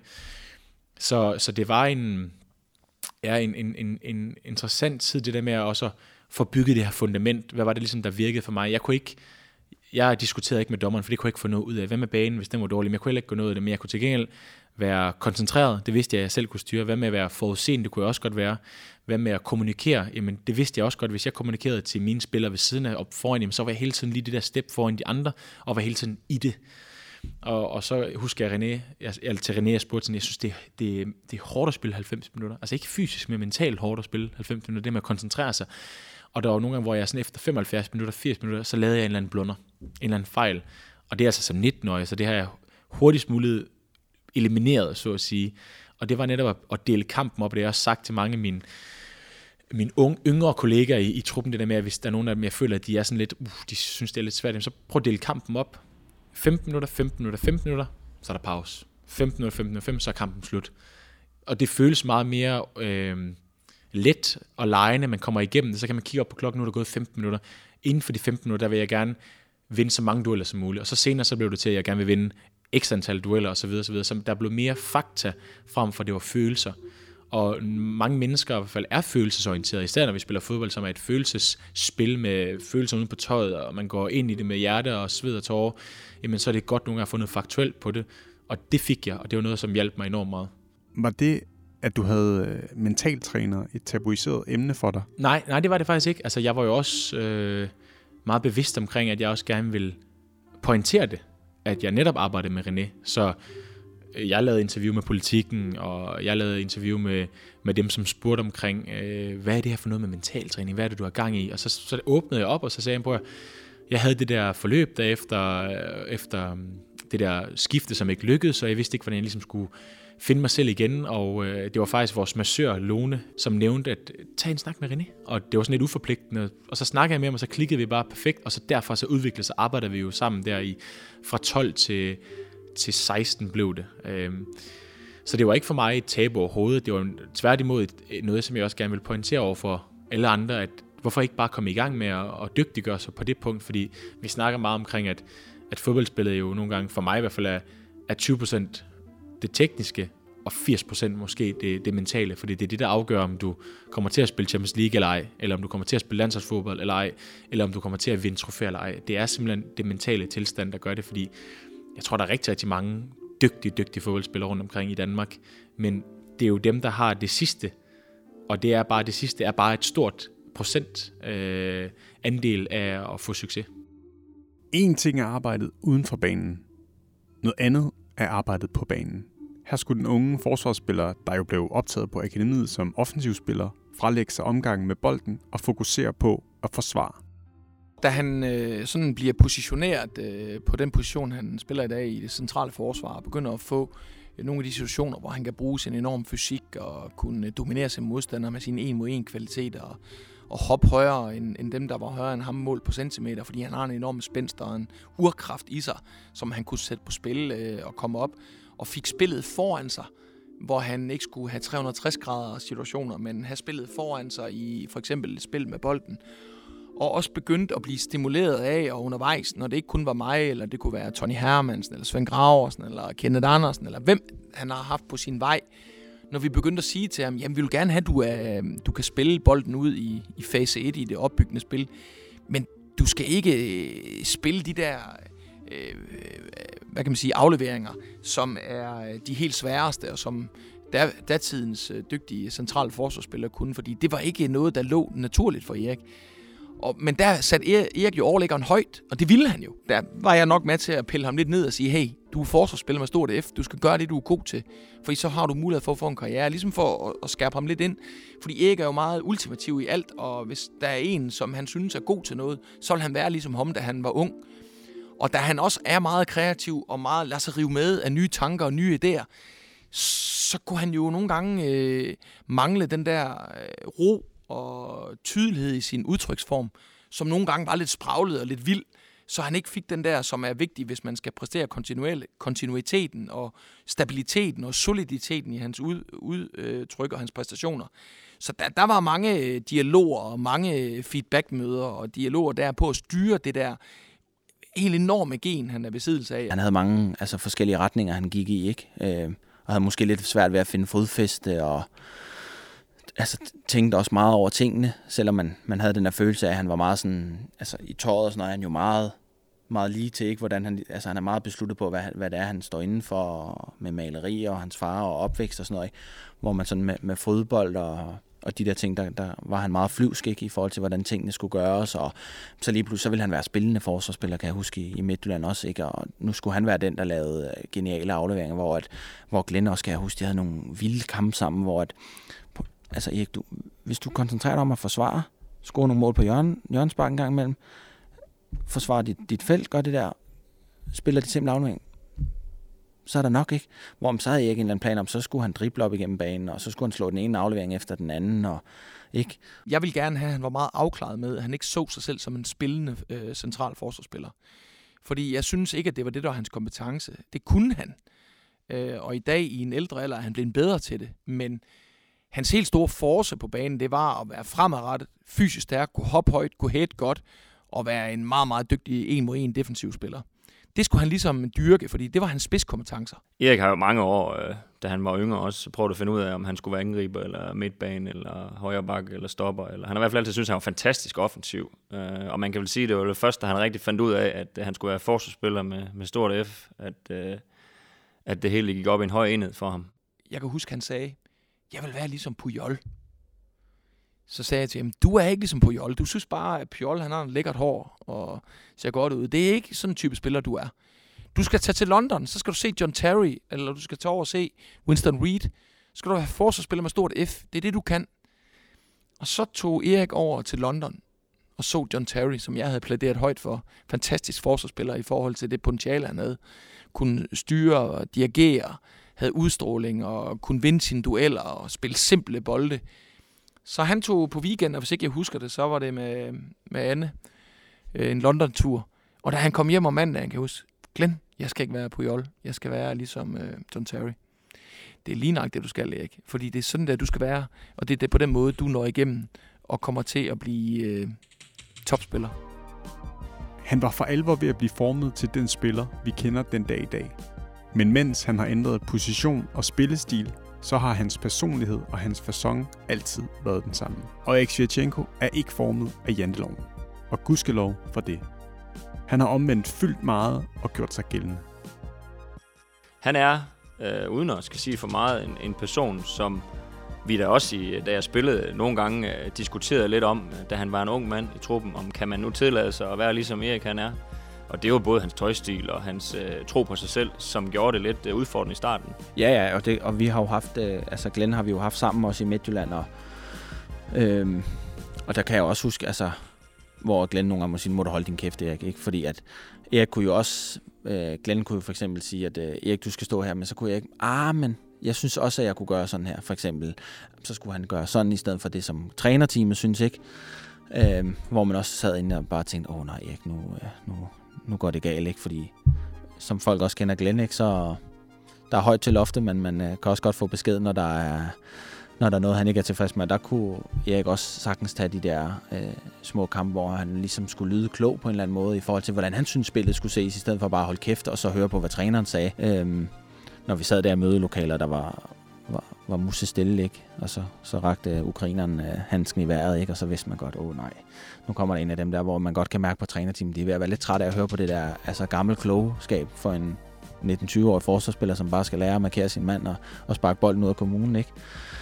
Så, så det var en, ja, en, en, en, en interessant tid, det der med at også få bygget det her fundament. Hvad var det ligesom, der virkede for mig? Jeg kunne ikke Jeg diskuterede ikke med dommeren, for det kunne jeg ikke få noget ud af. Hvad med banen, hvis den var dårlig? Men jeg kunne heller ikke gå noget af det, men jeg kunne til gengæld være koncentreret. Det vidste jeg, at jeg selv kunne styre. Hvad med at være forudseende? Det kunne jeg også godt være. Hvad med at kommunikere? Jamen, det vidste jeg også godt. Hvis jeg kommunikerede til mine spillere ved siden af og foran, jamen, så var jeg hele tiden lige det der step foran de andre, og var hele tiden i det. Og, og så husker jeg René, jeg, jeg, til René, jeg spurgte sådan, jeg synes, det, det, det er hårdt at spille halvfems minutter. Altså ikke fysisk, men mentalt hårdt at spille halvfems minutter. Det med at koncentrere sig. Og der var nogle gange, hvor jeg sådan efter femoghalvfjerds minutter, firs minutter, så lavede jeg en eller anden blunder, en eller anden fejl. Og det er altså som nitten-årig, så det har jeg hurtigst muligt elimineret, så at sige. Og det var netop at dele kampen op, og det har jeg også sagt til mange af mine, mine unge, yngre kollegaer i, i truppen, det der med, at hvis der er nogen af dem, jeg føler, at de er sådan lidt, uh, de synes, det er lidt svært, så prøv at dele kampen op. femten minutter, femten minutter, femten minutter, så er der pause. femten minutter, femten minutter, så er kampen slut. Og det føles meget mere Øh, let og legende, man kommer igennem det, så kan man kigge op på klokken, nu er der gået femten minutter. Inden for de femten minutter, der vil jeg gerne vinde så mange dueller som muligt. Og så senere, så blev det til, at jeg gerne vil vinde x antal dueller osv. osv. Så der blev mere fakta frem for, det var følelser. Og mange mennesker i hvert fald er følelsesorienterede, især når vi spiller fodbold, som er et følelsesspil med følelser uden på tøjet, og man går ind i det med hjerte og sved og tårer, jamen så er det godt nogle gange at få noget faktuelt på det. Og det fik jeg, og det var noget, som hjalp mig enormt meget. Var det, at du havde mentaltræner, et tabuiseret emne for dig? Nej, nej, det var det faktisk ikke. Altså, jeg var jo også øh, meget bevidst omkring, at jeg også gerne ville pointere det, at jeg netop arbejdede med René. Så øh, jeg lavede interview med Politikken, og jeg lavede interview med, med dem, som spurgte omkring, øh, hvad er det her for noget med mentaltræning? Hvad er det, du har gang i? Og så, så åbnede jeg op, og så sagde jeg på, at jeg havde det der forløb der efter, øh, efter det der skifte, som ikke lykkedes, så jeg vidste ikke, hvordan jeg ligesom skulle finde mig selv igen, og øh, det var faktisk vores massør, Lone, som nævnte, at tag en snak med René, og det var sådan lidt uforpligtende, og så snakkede jeg med ham, og så klikkede vi bare perfekt, og så derfra så udviklede sig, arbejder vi jo sammen der i, fra tolv til, til seksten blev det. Øhm, så det var ikke for mig et tabu overhovedet, det var tværtimod et, noget, som jeg også gerne vil pointere over for alle andre, at hvorfor ikke bare komme i gang med at, at dygtiggøre sig på det punkt, fordi vi snakker meget omkring, at, at fodboldspillet jo nogle gange, for mig i hvert fald, er, er tyve procent det tekniske, og firs procent måske det, det mentale, fordi det er det, der afgør, om du kommer til at spille Champions League eller ej, eller om du kommer til at spille landsholdsfodbold eller ej, eller om du kommer til at vinde trofæer eller ej. Det er simpelthen det mentale tilstand, der gør det, fordi jeg tror, der er rigtig, rigtig mange dygtige, dygtige fodboldspillere rundt omkring i Danmark, men det er jo dem, der har det sidste, og det er bare det sidste er bare et stort procent øh, andel af at få succes. En ting er arbejdet uden for banen. Noget andet er arbejdet på banen. Her skulle den unge forsvarsspiller, der jo blev optaget på akademiet som offensivspiller, frelægge sig omgangen med bolden og fokusere på at forsvare. Da han øh, sådan bliver positioneret øh, på den position, han spiller i dag i det centrale forsvar, og begynder at få øh, nogle af de situationer, hvor han kan bruge sin enorm fysik og kunne dominere sin modstander med sine en mod en kvaliteter og, og hoppe højere end, end dem, der var højere end ham målt på centimeter, fordi han har en enorm spænst og en urkraft i sig, som han kunne sætte på spil øh, og komme op og fik spillet foran sig, hvor han ikke skulle have tre hundrede og tres grader situationer, men have spillet foran sig i for eksempel et spil med bolden. Og også begyndt at blive stimuleret af og undervejs, når det ikke kun var mig, eller det kunne være Tony Hermansen, eller Svend Graversen, eller Kenneth Andersen, eller hvem han har haft på sin vej. Når vi begyndte at sige til ham, jamen vi vil gerne have, at du, er, du kan spille bolden ud i, i fase et i det opbyggende spil, men du skal ikke spille de der øh, hvad kan man sige, afleveringer, som er de helt sværeste, og som der, datidens dygtige centrale forsvarsspillere kunne, fordi det var ikke noget, der lå naturligt for Erik. Og, men der satte Erik jo overlæggeren højt, og det ville han jo. Der var jeg nok med til at pille ham lidt ned og sige, hey, du er forsvarsspiller med stort F, du skal gøre det, du er god til, for så har du mulighed for at få en karriere, ligesom for at, at skærpe ham lidt ind. Fordi Erik er jo meget ultimativ i alt, og hvis der er en, som han synes er god til noget, så vil han være ligesom ham, da han var ung. Og da han også er meget kreativ og meget lader sig rive med af nye tanker og nye idéer, så kunne han jo nogle gange øh, mangle den der øh, ro og tydelighed i sin udtryksform, som nogle gange var lidt spraglet og lidt vild, så han ikke fik den der, som er vigtig, hvis man skal præstere kontinuiteten og stabiliteten og soliditeten i hans udtryk og hans præstationer. Så der, der var mange dialoger og mange feedbackmøder og dialoger der på at styre det der helt enorme gen, han er besiddelse af. Han havde mange altså, forskellige retninger, han gik i, ikke? Øh, og havde måske lidt svært ved at finde fodfæste og altså, tænkte også meget over tingene, selvom man, man havde den der følelse af, at han var meget sådan, altså i tøjet og sådan noget, han jo meget, meget lige til, ikke? Hvordan han, altså han er meget besluttet på, hvad, hvad det er, han står inden for med maleri og hans far og opvækst og sådan noget, ikke? Hvor man sådan med, med fodbold og, og de der ting, der, der var han meget flyvsk, ikke? I forhold til, hvordan tingene skulle gøres, og så lige pludselig, så ville han være spillende forsvarsspiller, kan jeg huske, i, i Midtjylland også, ikke? Og nu skulle han være den, der lavede geniale afleveringer, hvor, at, hvor Glenn også, kan jeg huske, de havde nogle vilde kampe sammen, hvor at altså Erik, du, hvis du koncentrerer dig om at forsvare, score nogle mål på hjørne, hjørnespark en gang imellem, forsvare dit, dit felt, gør det der, spiller det simpelthen aflevering, så er der nok, ikke? Hvor så havde Erik en eller anden plan om, så skulle han drible op igennem banen, og så skulle han slå den ene aflevering efter den anden, og ikke? Jeg vil gerne have, at han var meget afklaret med, at han ikke så sig selv som en spillende øh, central forsvarsspiller. Fordi jeg synes ikke, at det var det, der var hans kompetence. Det kunne han. Øh, og i dag, i en ældre alder, er han blevet bedre til det. Men hans helt store force på banen, det var at være fremadrettet, fysisk stærk, kunne hoppe højt, kunne hætte godt, og være en meget, meget dygtig en mod en defensiv spiller. Det skulle han ligesom dyrke, fordi det var hans spidskompetencer. Erik har jo mange år, øh, da han var yngre også, prøvet at finde ud af, om han skulle være angriber, eller midtbane, eller højre bakke, eller stopper. Eller. Han har i hvert fald altid syntes, at han var fantastisk offensiv. Øh, og man kan vel sige, at det var det første, da han rigtig fandt ud af, at han skulle være forsvarsspiller med, med stort F, at, øh, at det hele gik op i en høj enhed for ham. Jeg kan huske, han sagde, jeg vil være ligesom Puyol. Så sagde jeg til ham, du er ikke ligesom Puyol. Du synes bare, at Puyol han har en lækkert hår og ser godt ud. Det er ikke sådan en type spiller, du er. Du skal tage til London, så skal du se John Terry, eller du skal tage over og se Winston Reed. Så skal du have forsvarsspiller med stort F. Det er det, du kan. Og så tog Erik over til London og så John Terry, som jeg havde plæderet højt for. Fantastisk forsvarsspiller i forhold til det potentiale, han havde. Kunne styre og dirigere havde udstråling og kunne vinde sine dueller og spille simple bolde. Så han tog på weekend, og hvis ikke jeg husker det, så var det med, med Anne, øh, en London-tur. Og da han kom hjem om mandagen, kan jeg huske, Glenn, jeg skal ikke være Puyol, jeg skal være ligesom øh, John Terry. Det er lige nok det, du skal, Erik. Fordi det er sådan, der du skal være, og det er det på den måde, du når igennem og kommer til at blive øh, topspiller. Han var for alvor ved at blive formet til den spiller, vi kender den dag i dag. Men mens han har ændret position og spillestil, så har hans personlighed og hans facon altid været den samme. Og Erik Sviatchenko er ikke formet af janteloven. Og gudskelov for det. Han har omvendt fyldt meget og gjort sig gældende. Han er, øh, uden at skal sige for meget, en, en person, som vi da også, i, da jeg spillede, nogle gange øh, diskuterede lidt om, da han var en ung mand i truppen, om kan man nu tillade sig at være ligesom Erik han er. Og det var både hans tøjstil og hans øh, tro på sig selv, som gjorde det lidt øh, udfordrende i starten. Ja, ja, og, det, og vi har jo haft, øh, altså Glenn har vi jo haft sammen også i Midtjylland, og, øh, og der kan jeg også huske, altså, hvor Glenn nogle gange må sige, må du holde din kæft, Erik, ikke? Fordi at Erik kunne jo også, øh, Glenn kunne jo for eksempel sige, at øh, Erik, du skal stå her, men så kunne jeg ikke, ah, men jeg synes også, at jeg kunne gøre sådan her, for eksempel. Så skulle han gøre sådan, i stedet for det, som trænerteamet synes, ikke? Øh, hvor man også sad inde og bare tænkte, åh oh, nej, Erik, nu, øh, nu, nu går det galt, ikke? Fordi som folk også kender Glenn, ikke? Så der er højt til loftet, men man øh, kan også godt få besked, når der er, når der er noget, han ikke er tilfreds med. Der kunne Erik også sagtens tage de der øh, små kampe, hvor han ligesom skulle lyde klog på en eller anden måde, i forhold til, hvordan han synes, spillet skulle ses, i stedet for bare at holde kæft og så høre på, hvad træneren sagde. Øh, når vi sad der i mødelokaler, der var, var, var musestille, ikke? Og så, så rakte ukraineren øh, handsken i vejret, ikke? Og så vidste man godt, åh nej, nu kommer der en af dem der, hvor man godt kan mærke på trænerteamet, de er ved at være lidt trætte af at høre på det der altså gammel klogskab for en nitten-tyve-årig forsvarsspiller, som bare skal lære at markere sin mand og, og sparke bolden ud af kommunen, ikke?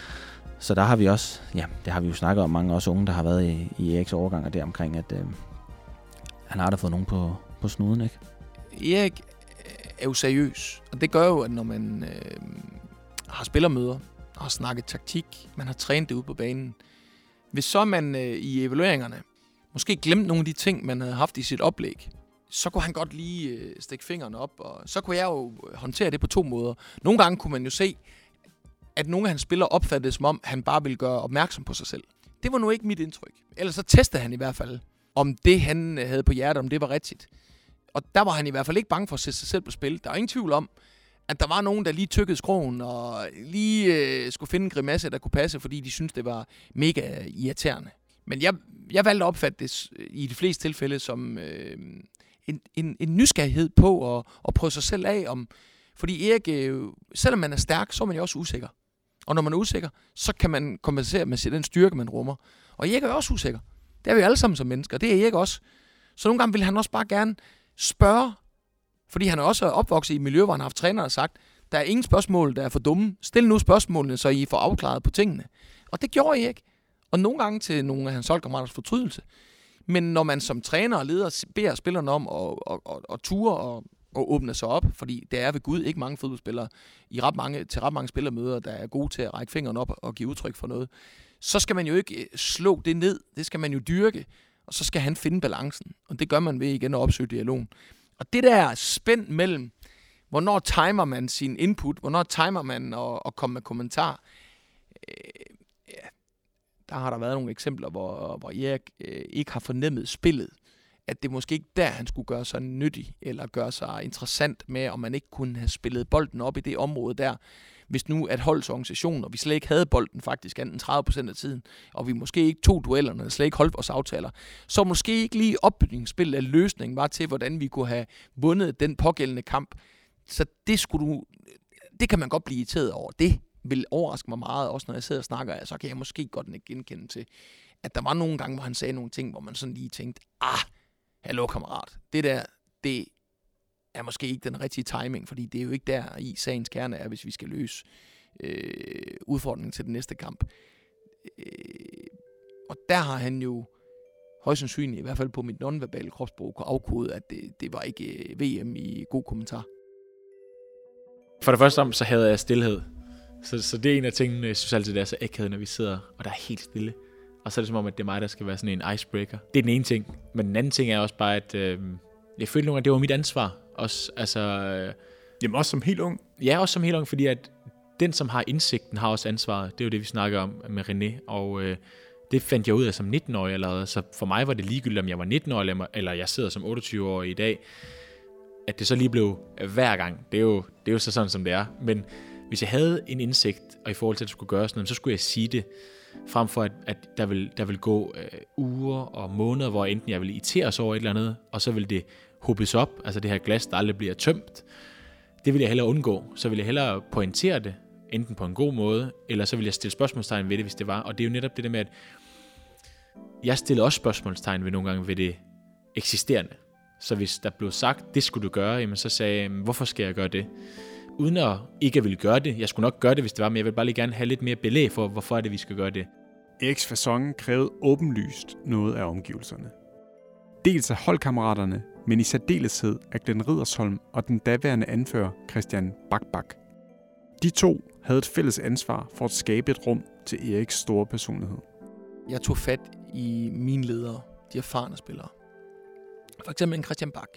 Så der har vi også, ja, det har vi jo snakket om, mange også unge, der har været i, i Eriks overgang, og det omkring, at øh, han har da fået nogen på, på snuden, ikke? Erik er jo seriøs, og det gør jo, at når man øh, har spillermøder, har snakket taktik, man har trænet det ude på banen, hvis så man øh, i evalueringerne måske glemte nogle af de ting, man havde haft i sit oplæg, så kunne han godt lige øh, stikke fingrene op, og så kunne jeg jo håndtere det på to måder. Nogle gange kunne man jo se, at nogle af hans spillere opfattede det, som om han bare ville gøre opmærksom på sig selv. Det var nu ikke mit indtryk. Ellers så testede han i hvert fald, om det han havde på hjertet, om det var rigtigt. Og der var han i hvert fald ikke bange for at sætte sig selv på spil. Der er ingen tvivl om, at der var nogen, der lige tykkede skroen og lige øh, skulle finde en grimasse, der kunne passe, fordi de syntes, det var mega irriterende. Men jeg, jeg valgte at opfatte det i de fleste tilfælde som øh, en, en, en nysgerrighed på at, at prøve sig selv af. Om, fordi Erik, øh, selvom man er stærk, så er man jo også usikker. Og når man er usikker, så kan man kompensere med den styrke, man rummer. Og Erik er jo også usikker. Det er vi alle sammen som mennesker. Det er Erik også. Så nogle gange vil han også bare gerne spørge, fordi han er også opvokset i et miljø, hvor han har haft træner, der har sagt, der er ingen spørgsmål, der er for dumme. Stil nu spørgsmålene, så I får afklaret på tingene. Og det gjorde Erik. Og nogle gange til nogle af hans holdkammeraters fortrydelse. Men når man som træner og leder beder spillerne om at, at, at, at ture og og åbne sig op, fordi der er ved Gud ikke mange fodboldspillere i ret mange, til ret mange spillermøder, der er gode til at række fingeren op og give udtryk for noget, så skal man jo ikke slå det ned. Det skal man jo dyrke, og så skal han finde balancen. Og det gør man ved igen at opsøge dialogen. Og det der spænd mellem, hvornår timer man sin input, hvornår timer man at, at komme med kommentar, øh, ja, der har der været nogle eksempler, hvor, hvor Erik øh, ikke har fornemmet spillet, at det måske ikke der, han skulle gøre sig nyttig, eller gøre sig interessant med, om man ikke kunne have spillet bolden op i det område der, hvis nu at holdsorganisationen, og vi slet ikke havde bolden faktisk anden tredive procent af tiden, og vi måske ikke tog duellerne, slet ikke holdt vores aftaler, så måske ikke lige opbygningsspil af løsningen var til, hvordan vi kunne have vundet den pågældende kamp. Så det skulle du, det kan man godt blive irriteret over. Det vil overraske mig meget, også når jeg sidder og snakker, så kan jeg måske godt ikke genkende til, at der var nogle gange, hvor han sagde nogle ting, hvor man sådan lige tænkte, ah, hallo kammerat, det der, det er måske ikke den rigtige timing, fordi det er jo ikke der i sagens kerne er, hvis vi skal løse øh, udfordringen til den næste kamp. Øh, og der har han jo højst sandsynligt, i hvert fald på mit nonverbale kropssprog, kunne afkode, at det, det var ikke V M i god kommentar. For det første så havde jeg stillhed. Så, så det er en af tingene, jeg synes altid, det er så ægget, når vi sidder, og der er helt stille. Og så er det som om, at det er mig, der skal være sådan en icebreaker. Det er den ene ting. Men den anden ting er også bare, at øh, jeg følte nogle gange, at det var mit ansvar. Også, altså, øh, Jamen også som helt ung. Ja, også som helt ung, fordi at den, som har indsigten, har også ansvaret. Det er jo det, vi snakker om med René, og øh, det fandt jeg ud af som nitten-årig allerede. Så for mig var det ligegyldigt, om jeg var nitten år, eller, eller jeg sidder som otteogtyve-årig i dag. At det så lige blev hver gang. Det er jo, det er jo så sådan, som det er. Men hvis jeg havde en indsigt, og i forhold til, at det skulle gøre sådan noget, så skulle jeg sige det, frem for at, at der, vil, der vil gå øh, uger og måneder, hvor enten jeg vil irriteres over et eller andet, og så vil det hobes op, altså det her glas, der aldrig bliver tømt. Det vil jeg hellere undgå. Så vil jeg hellere pointere det, enten på en god måde, eller så vil jeg stille spørgsmålstegn ved det, hvis det var. Og det er jo netop det der med, at jeg stillede også spørgsmålstegn ved nogle gange ved det eksisterende. Så hvis der blev sagt, det skulle du gøre, jamen så sagde jeg, hvorfor skal jeg gøre det? Uden at ikke at ville gøre det. Jeg skulle nok gøre det, hvis det var, men jeg vil bare lige gerne have lidt mere belæg for, hvorfor er det, vi skal gøre det. Eriks facon krævede åbenlyst noget af omgivelserne. Dels af holdkammeraterne, men i særdeleshed af Glenn Riddersholm og den daværende anfører Christian Bak-Bak. De to havde et fælles ansvar for at skabe et rum til Eriks store personlighed. Jeg tog fat i mine ledere, de erfarne spillere. For eksempel en Christian Bak,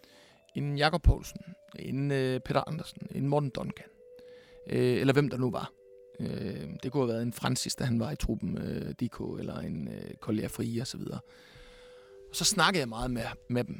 en Jakob Poulsen, en øh, Peter Andersen, en Morten Duncan, øh, eller hvem der nu var. Øh, det kunne have været en Francis, da han var i truppen, øh, D K, eller en øh, Collier Frie og så videre. Og så snakkede jeg meget med, med dem.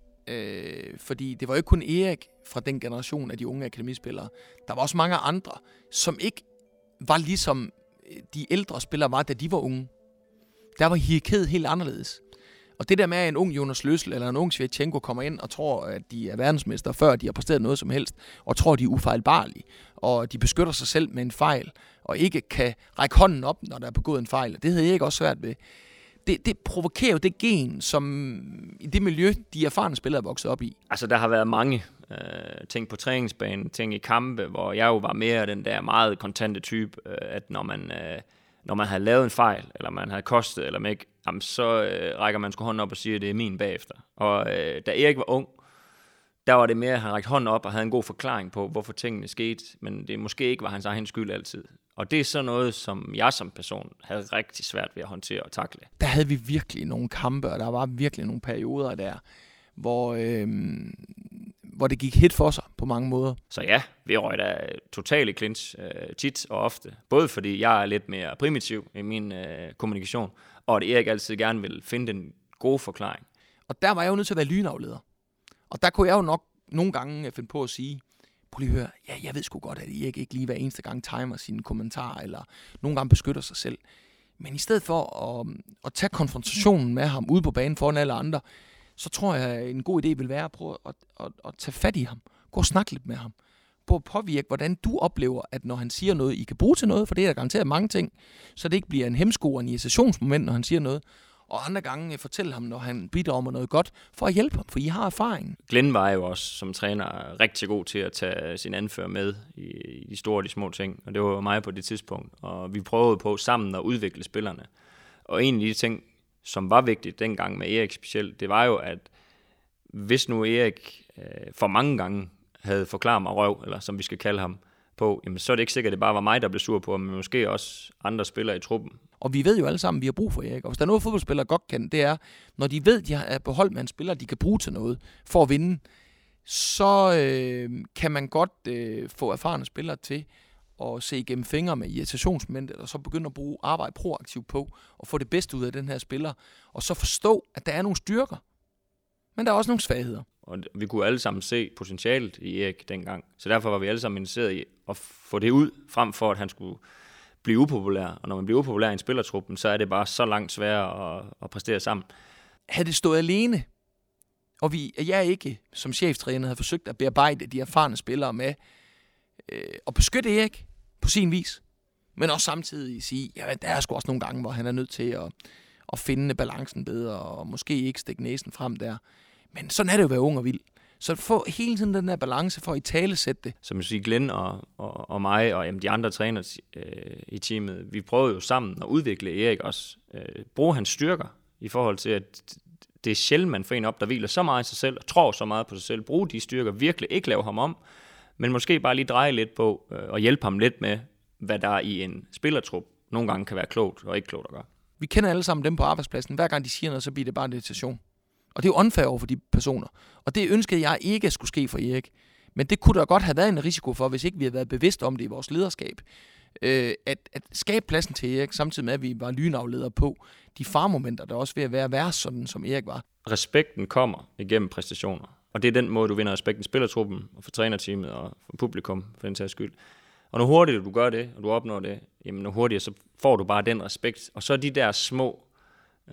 Øh, fordi det var jo ikke kun Erik fra den generation af de unge akademispillere. Der var også mange andre, som ikke var ligesom de ældre spillere var, da de var unge. Der var hierarkiet helt anderledes. Og det der med, at en ung Jonas Løssel eller en ung Sviatchenko kommer ind og tror, at de er verdensmester, før de har præsteret noget som helst, og tror, de er ufejlbarlige, og de beskytter sig selv med en fejl, og ikke kan række hånden op, når der er begået en fejl. Det havde jeg ikke også svært ved. Det, det provokerer jo det gen, som i det miljø, de erfarne spillere er vokset op i. Altså, der har været mange øh, ting på træningsbanen, ting i kampe, hvor jeg jo var mere den der meget kontante type, øh, at når man, øh, når man havde lavet en fejl, eller man havde kostet, eller man ikke, jamen, så øh, rækker man sgu hånden op og siger, at det er min bagefter. Og øh, da Erik var ung, der var det mere, at han rækte hånden op og havde en god forklaring på, hvorfor tingene skete, men det måske ikke var hans egen skyld altid. Og det er så noget, som jeg som person havde rigtig svært ved at håndtere og takle. Der havde vi virkelig nogle kampe, og der var virkelig nogle perioder der, hvor, øh, hvor det gik hit for sig på mange måder. Så ja, vi røg da totalt i clinch øh, tit og ofte. Både fordi jeg er lidt mere primitiv i min øh, kommunikation, og at Erik altid gerne vil finde den gode forklaring. Og der var jeg jo nødt til at være lynafleder. Og der kunne jeg jo nok nogle gange finde på at sige, prøv lige at høre, ja, jeg ved sgu godt, at Erik ikke lige hver eneste gang timer sine kommentarer, eller nogle gange beskytter sig selv. Men i stedet for at, at tage konfrontationen med ham ude på banen foran alle andre, så tror jeg, at en god idé vil være at prøve at, at, at tage fat i ham. Gå og snakke lidt med ham. På at påvirke, hvordan du oplever, at når han siger noget, I kan bruge til noget, for det er der garanteret mange ting, så det ikke bliver en hemsko og en irritationsmoment, når han siger noget. Og andre gange fortælle ham, når han bidrager med noget godt, for at hjælpe ham, for I har erfaring. Glenn var jo også som træner rigtig god til at tage sin anfører med i, i de store og de små ting, og det var mig på det tidspunkt. Og vi prøvede på sammen at udvikle spillerne. Og en af de ting, som var vigtigt dengang med Erik specielt, det var jo, at hvis nu Erik øh, for mange gange havde forklaret mig røv, eller som vi skal kalde ham på, jamen, så er det ikke sikkert, at det bare var mig, der blev sur på ham, men måske også andre spillere i truppen. Og vi ved jo alle sammen, at vi har brug for Erik. Og hvis der er noget, fodboldspillere godt kan, det er, når de ved, at de er på hold med en spiller, de kan bruge til noget for at vinde, så øh, kan man godt øh, få erfarne spillere til at se igennem fingre med irritationsmomentet, og så begynde at bruge arbejde proaktivt på, og få det bedste ud af den her spiller, og så forstå, at der er nogle styrker, men der er også nogle svagheder. Og vi kunne alle sammen se potentialet i Erik dengang, så derfor var vi alle sammen interesseret i at få det ud, frem for at han skulle blive upopulær. Og når man bliver upopulær i en spillertruppen, så er det bare så langt sværere at, at præstere sammen. Havde det stået alene, og vi, jeg ikke som cheftræner havde forsøgt at bearbejde de erfarne spillere med øh, at beskytte Erik på sin vis, men også samtidig sige, ja, der er sgu også nogle gange, hvor han er nødt til at, at finde balancen bedre, og måske ikke stikke næsen frem der. Men sådan er det jo at være ung og vild. Så få hele tiden den der balance for at italesætte det. Som jeg siger, Glenn og, og, og mig og jamen, de andre trænere øh, i teamet, vi prøvede jo sammen at udvikle Erik også. Øh, bruge hans styrker i forhold til, at det er sjældent, man får en op, der hviler så meget i sig selv og tror så meget på sig selv. Bruge de styrker, virkelig ikke lave ham om, men måske bare lige dreje lidt på øh, og hjælpe ham lidt med, hvad der i en spillertrup nogle gange kan være klogt og ikke klogt at gøre. Vi kender alle sammen dem på arbejdspladsen. Hver gang de siger noget, så bliver det bare en irritation. Og det er jo unfair over for de personer. Og det ønskede jeg ikke skulle ske for Erik. Men det kunne der godt have været en risiko for, hvis ikke vi havde været bevidste om det i vores lederskab. Øh, at, at skabe pladsen til Erik, samtidig med, at vi var lynafledere på de farmomenter, der også ved at være værre sådan, som Erik var. Respekten kommer igennem præstationer. Og det er den måde, du vinder respekten i spillertruppen, og for trænerteamet, og for publikum, for den sags skyld. Og nu hurtigere du gør det, og du opnår det, jamen nu hurtigere, så får du bare den respekt. Og så de der små, øh,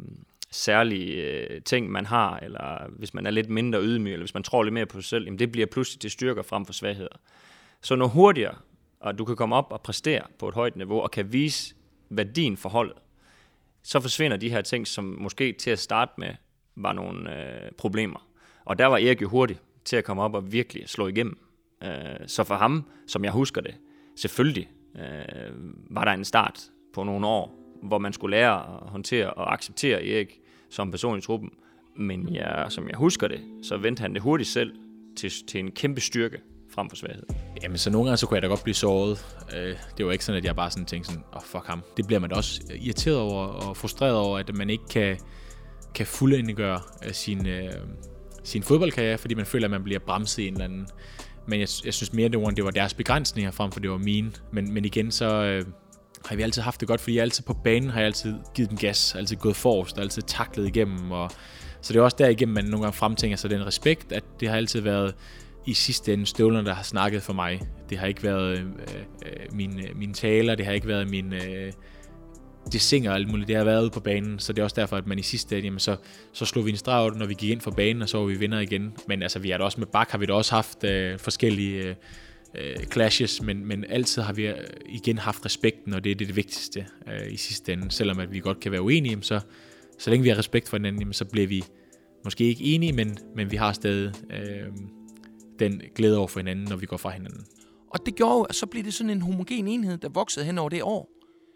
særlige øh, ting, man har, eller hvis man er lidt mindre ydmyg, eller hvis man tror lidt mere på sig selv, jamen det bliver pludselig til styrker frem for svagheder. Så nu hurtigere, og du kan komme op og præstere på et højt niveau, og kan vise værdien for holdet, så forsvinder de her ting, som måske til at starte med var nogle øh, problemer. Og der var Erik jo hurtig til at komme op og virkelig slå igennem. Øh, så for ham, som jeg husker det, selvfølgelig øh, var der en start på nogle år, hvor man skulle lære at håndtere og acceptere Erik som person i truppen. Men ja, som jeg husker det, så vendte han det hurtigt selv til, til en kæmpe styrke frem for svaghed. Jamen, så nogle gange så kunne jeg da godt blive såret. Det var ikke sådan, at jeg bare sådan tænkte sådan, åh, oh, fuck ham. Det bliver man da også irriteret over og frustreret over, at man ikke kan, kan fuldendegøre sin, øh, sin fodboldkarriere, fordi man føler, at man bliver bremset i en eller anden. Men jeg, jeg synes mere, det var, det var deres begrænsninger frem for det var mine. Men, men igen, så øh, har vi altid haft det godt, fordi jeg altid på banen har jeg altid givet den gas, altid gået forrest, altid taklet igennem. Og, så det er også derigennem, man nogle gange fremtænker sig den respekt, at det har altid været i sidste ende støvlerne, der har snakket for mig. Det har ikke været øh, øh, mine, mine taler, det har ikke været min øh, det singer og alt muligt, det har været ude på banen, så det er også derfor, at man i sidste ende, jamen, så, så slog vi en streg når vi gik ind for banen, og så var vi vinder igen. Men altså, vi har da også med Bak, har vi da også haft øh, forskellige øh, clashes, men, men altid har vi igen haft respekten, og det er det, det vigtigste øh, i sidste ende. Selvom at vi godt kan være uenige, jamen, så, så længe vi har respekt for hinanden, jamen, så bliver vi måske ikke enige, men, men vi har stadig øh, den glæde over for hinanden, når vi går fra hinanden. Og det gjorde jo, at så blev det sådan en homogen enhed, der voksede hen over det år.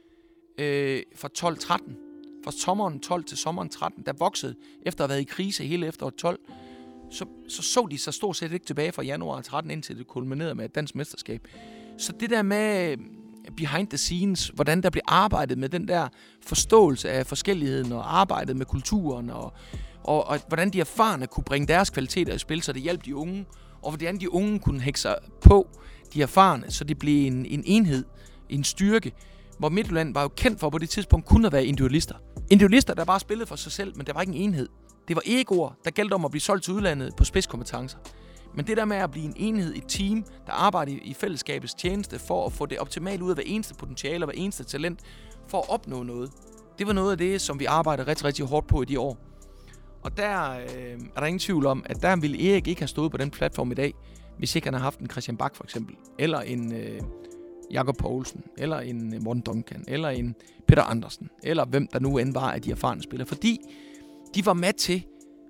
Øh, fra tolv tretten. Fra sommeren tolv til sommeren tretten, der voksede, efter at have været i krise hele efteråret tolv, så, så så de sig stort set ikke tilbage fra januar tretten, indtil det kulminerede med et dansk mesterskab. Så det der med behind the scenes, hvordan der blev arbejdet med den der forståelse af forskelligheden, og arbejdet med kulturen, og, og, og hvordan de erfarne kunne bringe deres kvaliteter i spil, så det hjalp de unge, og hvordan de unge kunne hække sig på de erfarne, så det blev en, en enhed, en styrke, hvor Midtjylland var jo kendt for på det tidspunkt kun at være individualister. Individualister, der bare spillede for sig selv, men der var ikke en enhed. Det var egoer, der gældte om at blive solgt til udlandet på spidskompetencer. Men det der med at blive en enhed, et team, der arbejder i fællesskabets tjeneste for at få det optimalt ud af hver eneste potentiale og hver eneste talent, for at opnå noget. Det var noget af det, som vi arbejdede rigtig, rigtig hårdt på i de år. Og der øh, er der ingen tvivl om, at der ville Erik ikke have stået på den platform i dag, hvis ikke han havde haft en Christian Bak for eksempel, eller en øh, Jakob Poulsen, eller en Morten Duncan, eller en Peter Andersen, eller hvem der nu end var af de erfarne spillere. Fordi de var med til,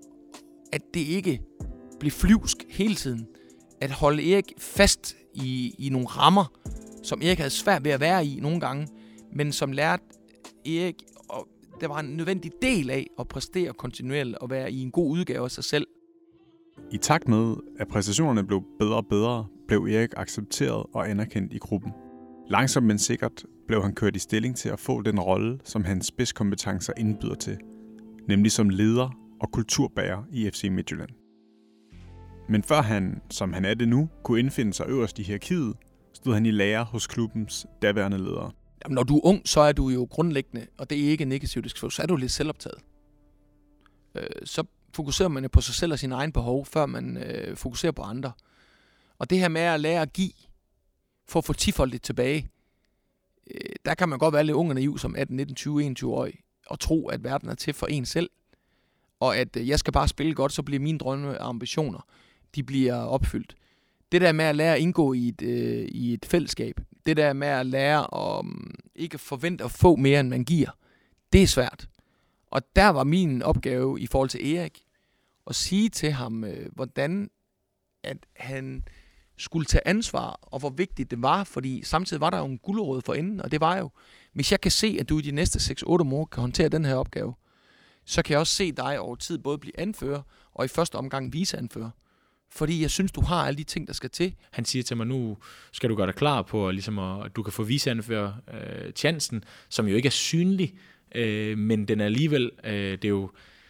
at det ikke blev flyvsk hele tiden. At holde Erik fast i, i nogle rammer, som Erik havde svært ved at være i nogle gange, men som lærte Erik, og der var en nødvendig del af at præstere kontinuerligt og være i en god udgave af sig selv. I takt med, at præstationerne blev bedre og bedre, blev Erik accepteret og anerkendt i gruppen. Langsomt men sikkert blev han kørt i stilling til at få den rolle, som hans spidskompetencer indbyder til, nemlig som leder og kulturbærer i F C Midtjylland. Men før han, som han er det nu, kunne indfinde sig øverst i hierarkiet, stod han i lære hos klubbens daværende ledere. Jamen, når du er ung, så er du jo grundlæggende, og det er ikke negativt, så er du lidt selvoptaget. Øh, så fokuserer man på sig selv og sin egen behov, før man øh, fokuserer på andre. Og det her med at lære at give, for at få tifoldigt tilbage, øh, der kan man godt være lidt ung og naiv som atten, nitten, tyve, enogtyve-årig, og tro, at verden er til for en selv, og at øh, jeg skal bare spille godt, så bliver mine drømme og ambitioner, de bliver opfyldt. Det der med at lære at indgå i et, øh, i et fællesskab, det der med at lære at um, ikke forvente at få mere, end man giver, det er svært. Og der var min opgave i forhold til Erik, at sige til ham, øh, hvordan at han skulle tage ansvar, og hvor vigtigt det var, fordi samtidig var der jo en gulerod for enden, og det var jo, hvis jeg kan se, at du i de næste seks otte måneder kan håndtere den her opgave, så kan jeg også se dig over tid både blive anfører, og i første omgang viceanfører. Fordi jeg synes, du har alle de ting, der skal til. Han siger til mig, nu skal du gøre dig klar på, ligesom at du kan få viceanfører øh, chancen, som jo ikke er synlig, øh, men den er alligevel, øh, det er jo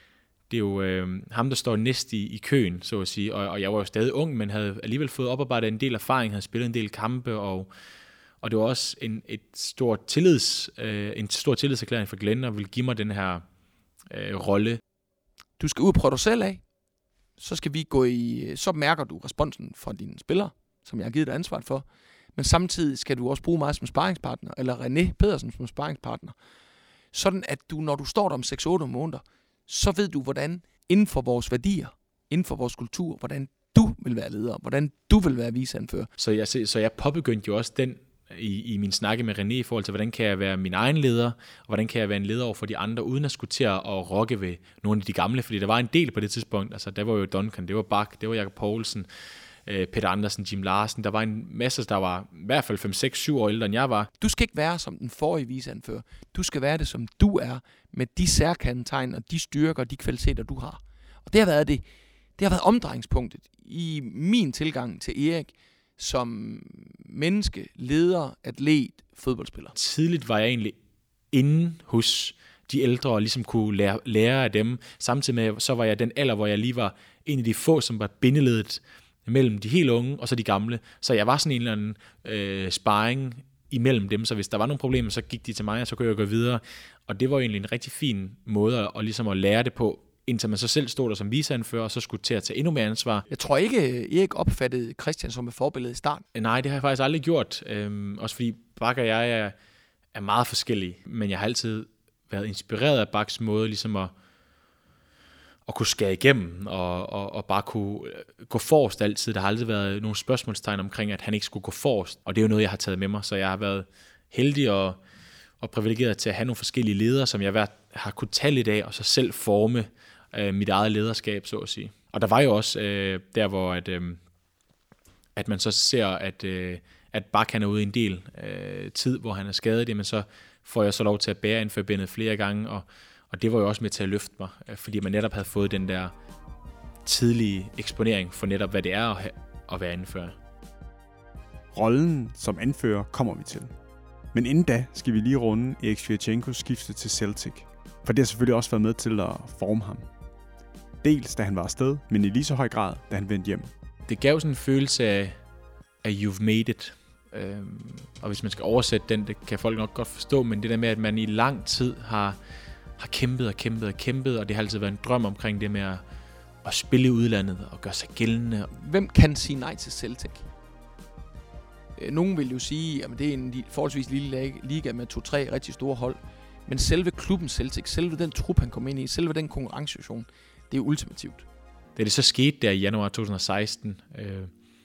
det er jo øh, ham, der står næst i, i køen, så at sige. Og, og jeg var jo stadig ung, men havde alligevel fået oparbejdet en del erfaring, havde spillet en del kampe, og, og det var også en, et stort tillids, øh, en stor tillidserklæring for Glenn, og ville give mig den her øh, rolle. Du skal ud og prøve dig selv af. Så skal vi gå i, så mærker du responsen fra dine spillere, som jeg har givet dig ansvaret for. Men samtidig skal du også bruge mig som sparringspartner, eller René Pedersen som sparringspartner. Sådan at du, når du står der om seks otte måneder, så ved du, hvordan inden for vores værdier, inden for vores kultur, hvordan du vil være leder, hvordan du vil være viceanfører. Så jeg, så jeg påbegyndte jo også den i, i min snakke med René i forhold til, hvordan kan jeg være min egen leder, og hvordan kan jeg være en leder over for de andre, uden at skulle til at rokke ved nogle af de gamle, fordi der var en del på det tidspunkt. Altså, der var jo Duncan, det var Bak, det var Jakob Poulsen, øh, Peter Andersen, Jim Larsen. Der var en masse, der var i hvert fald fem seks syv år ældre, end jeg var. Du skal ikke være som den forrige viceanfører. Du skal være det, som du er, med de særkendetegn og de styrker og de kvaliteter, du har. Og det har været det. Det har været omdrejningspunktet i min tilgang til Erik, som menneske, leder, atlet, fodboldspiller. Tidligt var jeg egentlig inde hos de ældre og ligesom kunne lære, lære af dem. Samtidig med, så var jeg den alder, hvor jeg lige var en af de få, som var bindeledet mellem de helt unge og så de gamle. Så jeg var sådan en eller anden øh, sparring imellem dem, så hvis der var nogle problemer, så gik de til mig, og så kunne jeg gå videre. Og det var egentlig en rigtig fin måde at, at, ligesom at lære det på, indtil man så selv stod der som viceanfører, og så skulle til at tage endnu mere ansvar. Jeg tror ikke, Erik opfattede Christian som et forbillede i starten. Nej, det har jeg faktisk aldrig gjort. Øhm, også fordi Bak og jeg er, er meget forskellige. Men jeg har altid været inspireret af Baks måde ligesom at, at kunne skære igennem, og, og, og bare kunne gå forrest altid. Der har aldrig været nogle spørgsmålstegn omkring, at han ikke skulle gå forrest. Og det er jo noget, jeg har taget med mig. Så jeg har været heldig og, og privilegeret til at have nogle forskellige ledere, som jeg har kunnet tage lidt af, og så selv forme mit eget lederskab, så at sige. Og der var jo også øh, der, hvor at, øh, at man så ser, at, øh, at Bak han er ude i en del øh, tid, hvor han er skadet, jamen så får jeg så lov til at bære indførbindet flere gange, og, og det var jo også med til at løfte mig, øh, fordi man netop havde fået den der tidlige eksponering for netop, hvad det er at, have, at være anfører. Rollen som anfører kommer vi til. Men inden da skal vi lige runde Erik Sviatchenkos skifte til Celtic, for det har selvfølgelig også været med til at forme ham. Dels da han var afsted, men i lige så høj grad, da han vendte hjem. Det gav sådan en følelse af, at you've made it. Øhm, og hvis man skal oversætte den, det kan folk nok godt forstå, men det der med, at man i lang tid har, har kæmpet og kæmpet og kæmpet, og det har altid været en drøm omkring det med at, at spille i udlandet og gøre sig gældende. Hvem kan sige nej til Celtic? Nogen vil jo sige, at det er en forholdsvis lille liga med to-tre rigtig store hold, men selve klubben Celtic, selve den trup, han kom ind i, selve den konkurrencesituation, det er ultimativt. Da det så skete der i januar to tusind og seksten, øh,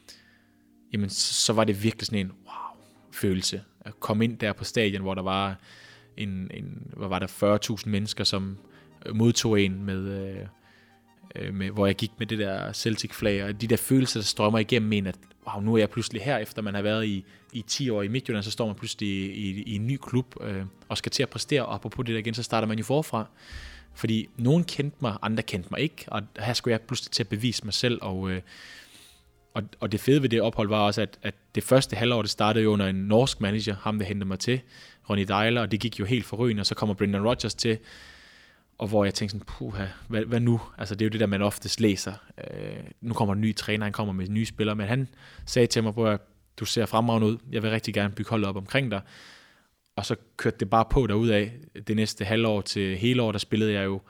jamen så var det virkelig sådan en wow-følelse. At komme ind der på stadion, hvor der var, en, en, hvor var der fyrre tusind mennesker, som modtog en med, øh, med, hvor jeg gik med det der Celtic-flag, og de der følelser, der strømmer igennem en, at wow, nu er jeg pludselig her, efter man har været i, i ti år i Midtjylland, så står man pludselig i, i, i en ny klub øh, og skal til at præstere, og apropos det der igen, så starter man jo forfra. Fordi nogen kendte mig, andre kendte mig ikke, og her skulle jeg pludselig til at bevise mig selv, og, øh, og, og det fede ved det ophold var også, at, at det første halvår, det startede jo under en norsk manager, ham der hentede mig til, Ronny Deila, og det gik jo helt forrygende, og så kommer Brendan Rodgers til, og hvor jeg tænkte sådan, puha, hvad, hvad nu? Altså det er jo det der, man oftest læser. Øh, nu kommer en ny træner, han kommer med nye spillere, men han sagde til mig, at du ser fremragende ud, jeg vil rigtig gerne bygge holdet op omkring dig. Og så kørte det bare på derudad. Det næste halvår til hele år, der spillede jeg jo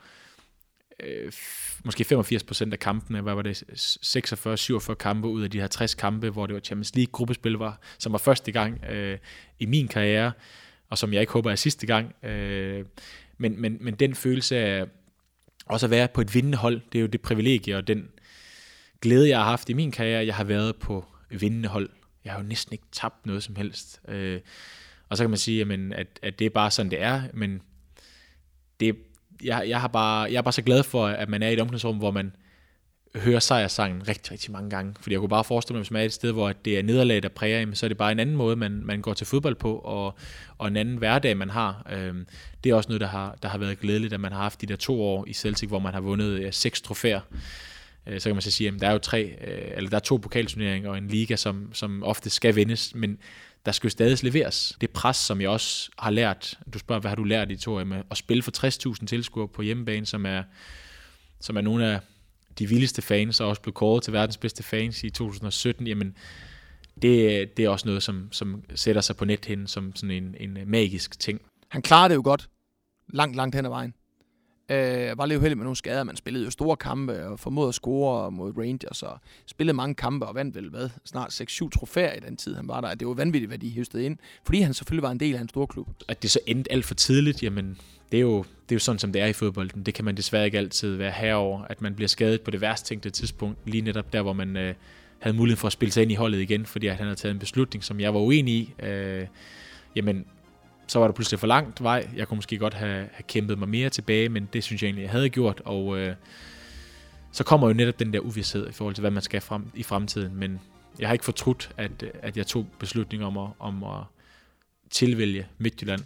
øh, måske femogfirs procent af kampene. Hvad var det? seksogfyrre syvogfyrre kampe ud af de her tres kampe, hvor det var Champions League gruppespil, var, som var første gang øh, i min karriere, og som jeg ikke håber er sidste gang. Øh, men, men, men den følelse af også at være på et vindende hold, det er jo det privilegie og den glæde, jeg har haft i min karriere. Jeg har været på vindende hold. Jeg har jo næsten ikke tabt noget som helst. Øh, Og så kan man sige, jamen, at, at det er bare sådan, det er, men det, jeg, jeg, har bare, jeg er bare så glad for, at man er i et omklædningsrum, hvor man hører sejrsangen rigtig, rigtig mange gange. Fordi jeg kunne bare forestille mig, hvis man er et sted, hvor det er nederlag, der præger, så er det bare en anden måde, man, man går til fodbold på, og, og en anden hverdag, man har. Øhm, det er også noget, der har, der har været glædeligt, at man har haft de der to år i Celtic, hvor man har vundet ja, seks trofæer. Øh, så kan man så sige, at der er jo tre, øh, eller der er to pokalturneringer og en liga, som, som ofte skal vindes, men der skal jo stadig leveres. Det pres, som jeg også har lært, du spørger, hvad har du lært i to år, med at spille for tres tusind tilskuere på hjemmebane, som er som er nogle af de vildeste fans, og også blev kåret til verdens bedste fans i to tusind og sytten, jamen det, det er også noget, som, som sætter sig på nethinden som sådan en, en magisk ting. Han klarede det jo godt, langt, langt hen ad vejen. Øh, var lidt uheldig med nogle skader. Man spillede jo store kampe og formåede at score mod Rangers og spillede mange kampe og vandt vel hvad, snart seks syv trofæer i den tid, han var der. Det var vanvittigt, hvad de høstede ind, fordi han selvfølgelig var en del af en stor klub. At det så endte alt for tidligt, jamen det er, jo, det er jo sådan, som det er i fodbolden. Det kan man desværre ikke altid være herover, at man bliver skadet på det værst tænkte tidspunkt, lige netop der, hvor man øh, havde mulighed for at spille sig ind i holdet igen, fordi at han havde taget en beslutning, som jeg var uenig i. Øh, jamen så var der pludselig for langt vej. Jeg kunne måske godt have, have kæmpet mig mere tilbage, men det synes jeg egentlig, jeg havde gjort. Og øh, så kommer jo netop den der uvished i forhold til, hvad man skal frem, i fremtiden. Men jeg har ikke fortrudt, at, at jeg tog beslutninger om at, om at tilvælge Midtjylland.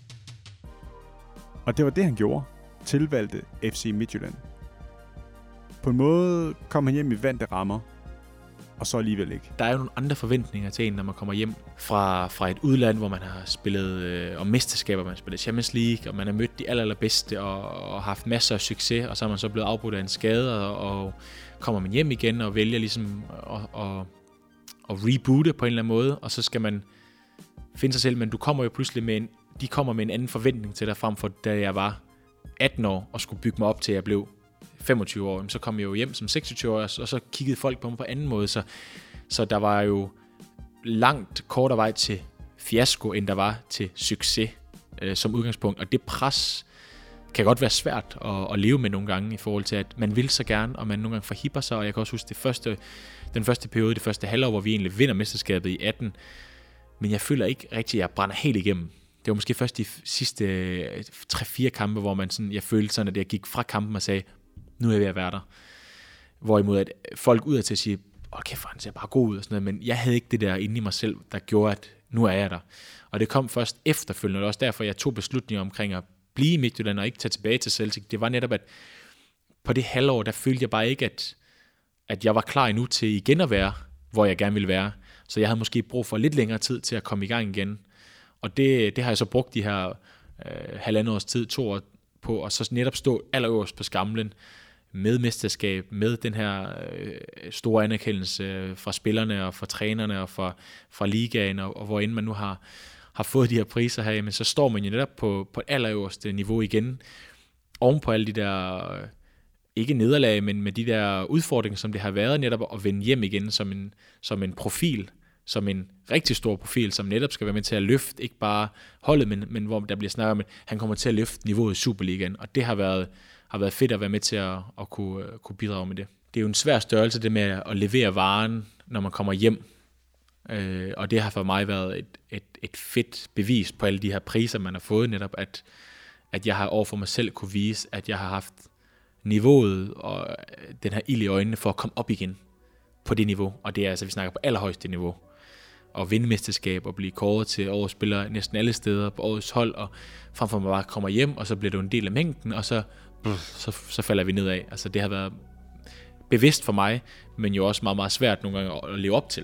Og det var det, han gjorde. Tilvalgte F C Midtjylland. På en måde kom han hjem i vante rammer, og så alligevel ikke. Der er jo nogle andre forventninger til en, når man kommer hjem fra, fra et udland, hvor man har spillet øh, om mesterskaber, man har spillet Champions League, og man har mødt de aller, allerbedste og, og haft masser af succes, og så er man så blevet afbrudt af en skade, og, og kommer man hjem igen og vælger ligesom at, at, at reboote på en eller anden måde, og så skal man finde sig selv, men du kommer jo pludselig med en, de kommer med en anden forventning til dig, frem for da jeg var atten år og skulle bygge mig op til, at jeg blev femogtyve år, så kom jeg jo hjem som seksogtyve år, og så kiggede folk på mig på anden måde, så, så der var jo langt kortere vej til fiasko, end der var til succes øh, som udgangspunkt, og det pres kan godt være svært at, at leve med nogle gange, i forhold til, at man vil så gerne, og man nogle gange forhipper sig, og jeg kan også huske det første, den første periode, det første halvår, hvor vi egentlig vinder mesterskabet i atten, men jeg føler ikke rigtigt, at jeg brænder helt igennem. Det var måske først de sidste tre fire kampe, hvor man sådan, jeg følte sådan, at jeg gik fra kampen og sagde, nu er jeg ved at være der. Hvorimod at folk udad til at sige, åh kæft, han ser bare god ud og sådan noget, men jeg havde ikke det der inde i mig selv, der gjorde, at nu er jeg der. Og det kom først efterfølgende, og det er også derfor, jeg tog beslutninger omkring at blive i Midtjylland og ikke tage tilbage til Celtic. Det var netop, at på det halvår, der følte jeg bare ikke, at, at jeg var klar endnu til igen at være, hvor jeg gerne ville være. Så jeg havde måske brug for lidt længere tid til at komme i gang igen. Og det, det har jeg så brugt de her øh, halvandet års tid, to år på, og så netop stå allerøverst på skamlen, med mesterskab, med den her øh, store anerkendelse øh, fra spillerne og fra trænerne og fra, fra ligaen, og, og hvor end man nu har, har fået de her priser her, jamen, så står man jo netop på, på allerøverste niveau igen, oven på alle de der, øh, ikke nederlag, men med de der udfordringer, som det har været netop at vende hjem igen som en, som en profil, som en rigtig stor profil, som netop skal være med til at løfte, ikke bare holdet, men, men hvor der bliver snakket om, at han kommer til at løfte niveauet i Superligaen, og det har været har været fedt at være med til at, at kunne, kunne bidrage med det. Det er jo en svær størrelse, det med at levere varen, når man kommer hjem. Øh, og det har for mig været et, et, et fedt bevis på alle de her priser, man har fået netop, at, at jeg har overfor mig selv kunne vise, at jeg har haft niveauet og den her ild i øjnene for at komme op igen på det niveau. Og det er altså, vi snakker på allerhøjeste niveau. Og vinde mesterskab og blive kåret til årets spiller næsten alle steder på årets hold, og frem for at man bare kommer hjem, og så bliver det en del af mængden, og så Så, så falder vi nedad. Altså det har været bevidst for mig, men jo også meget, meget svært nogle gange at leve op til.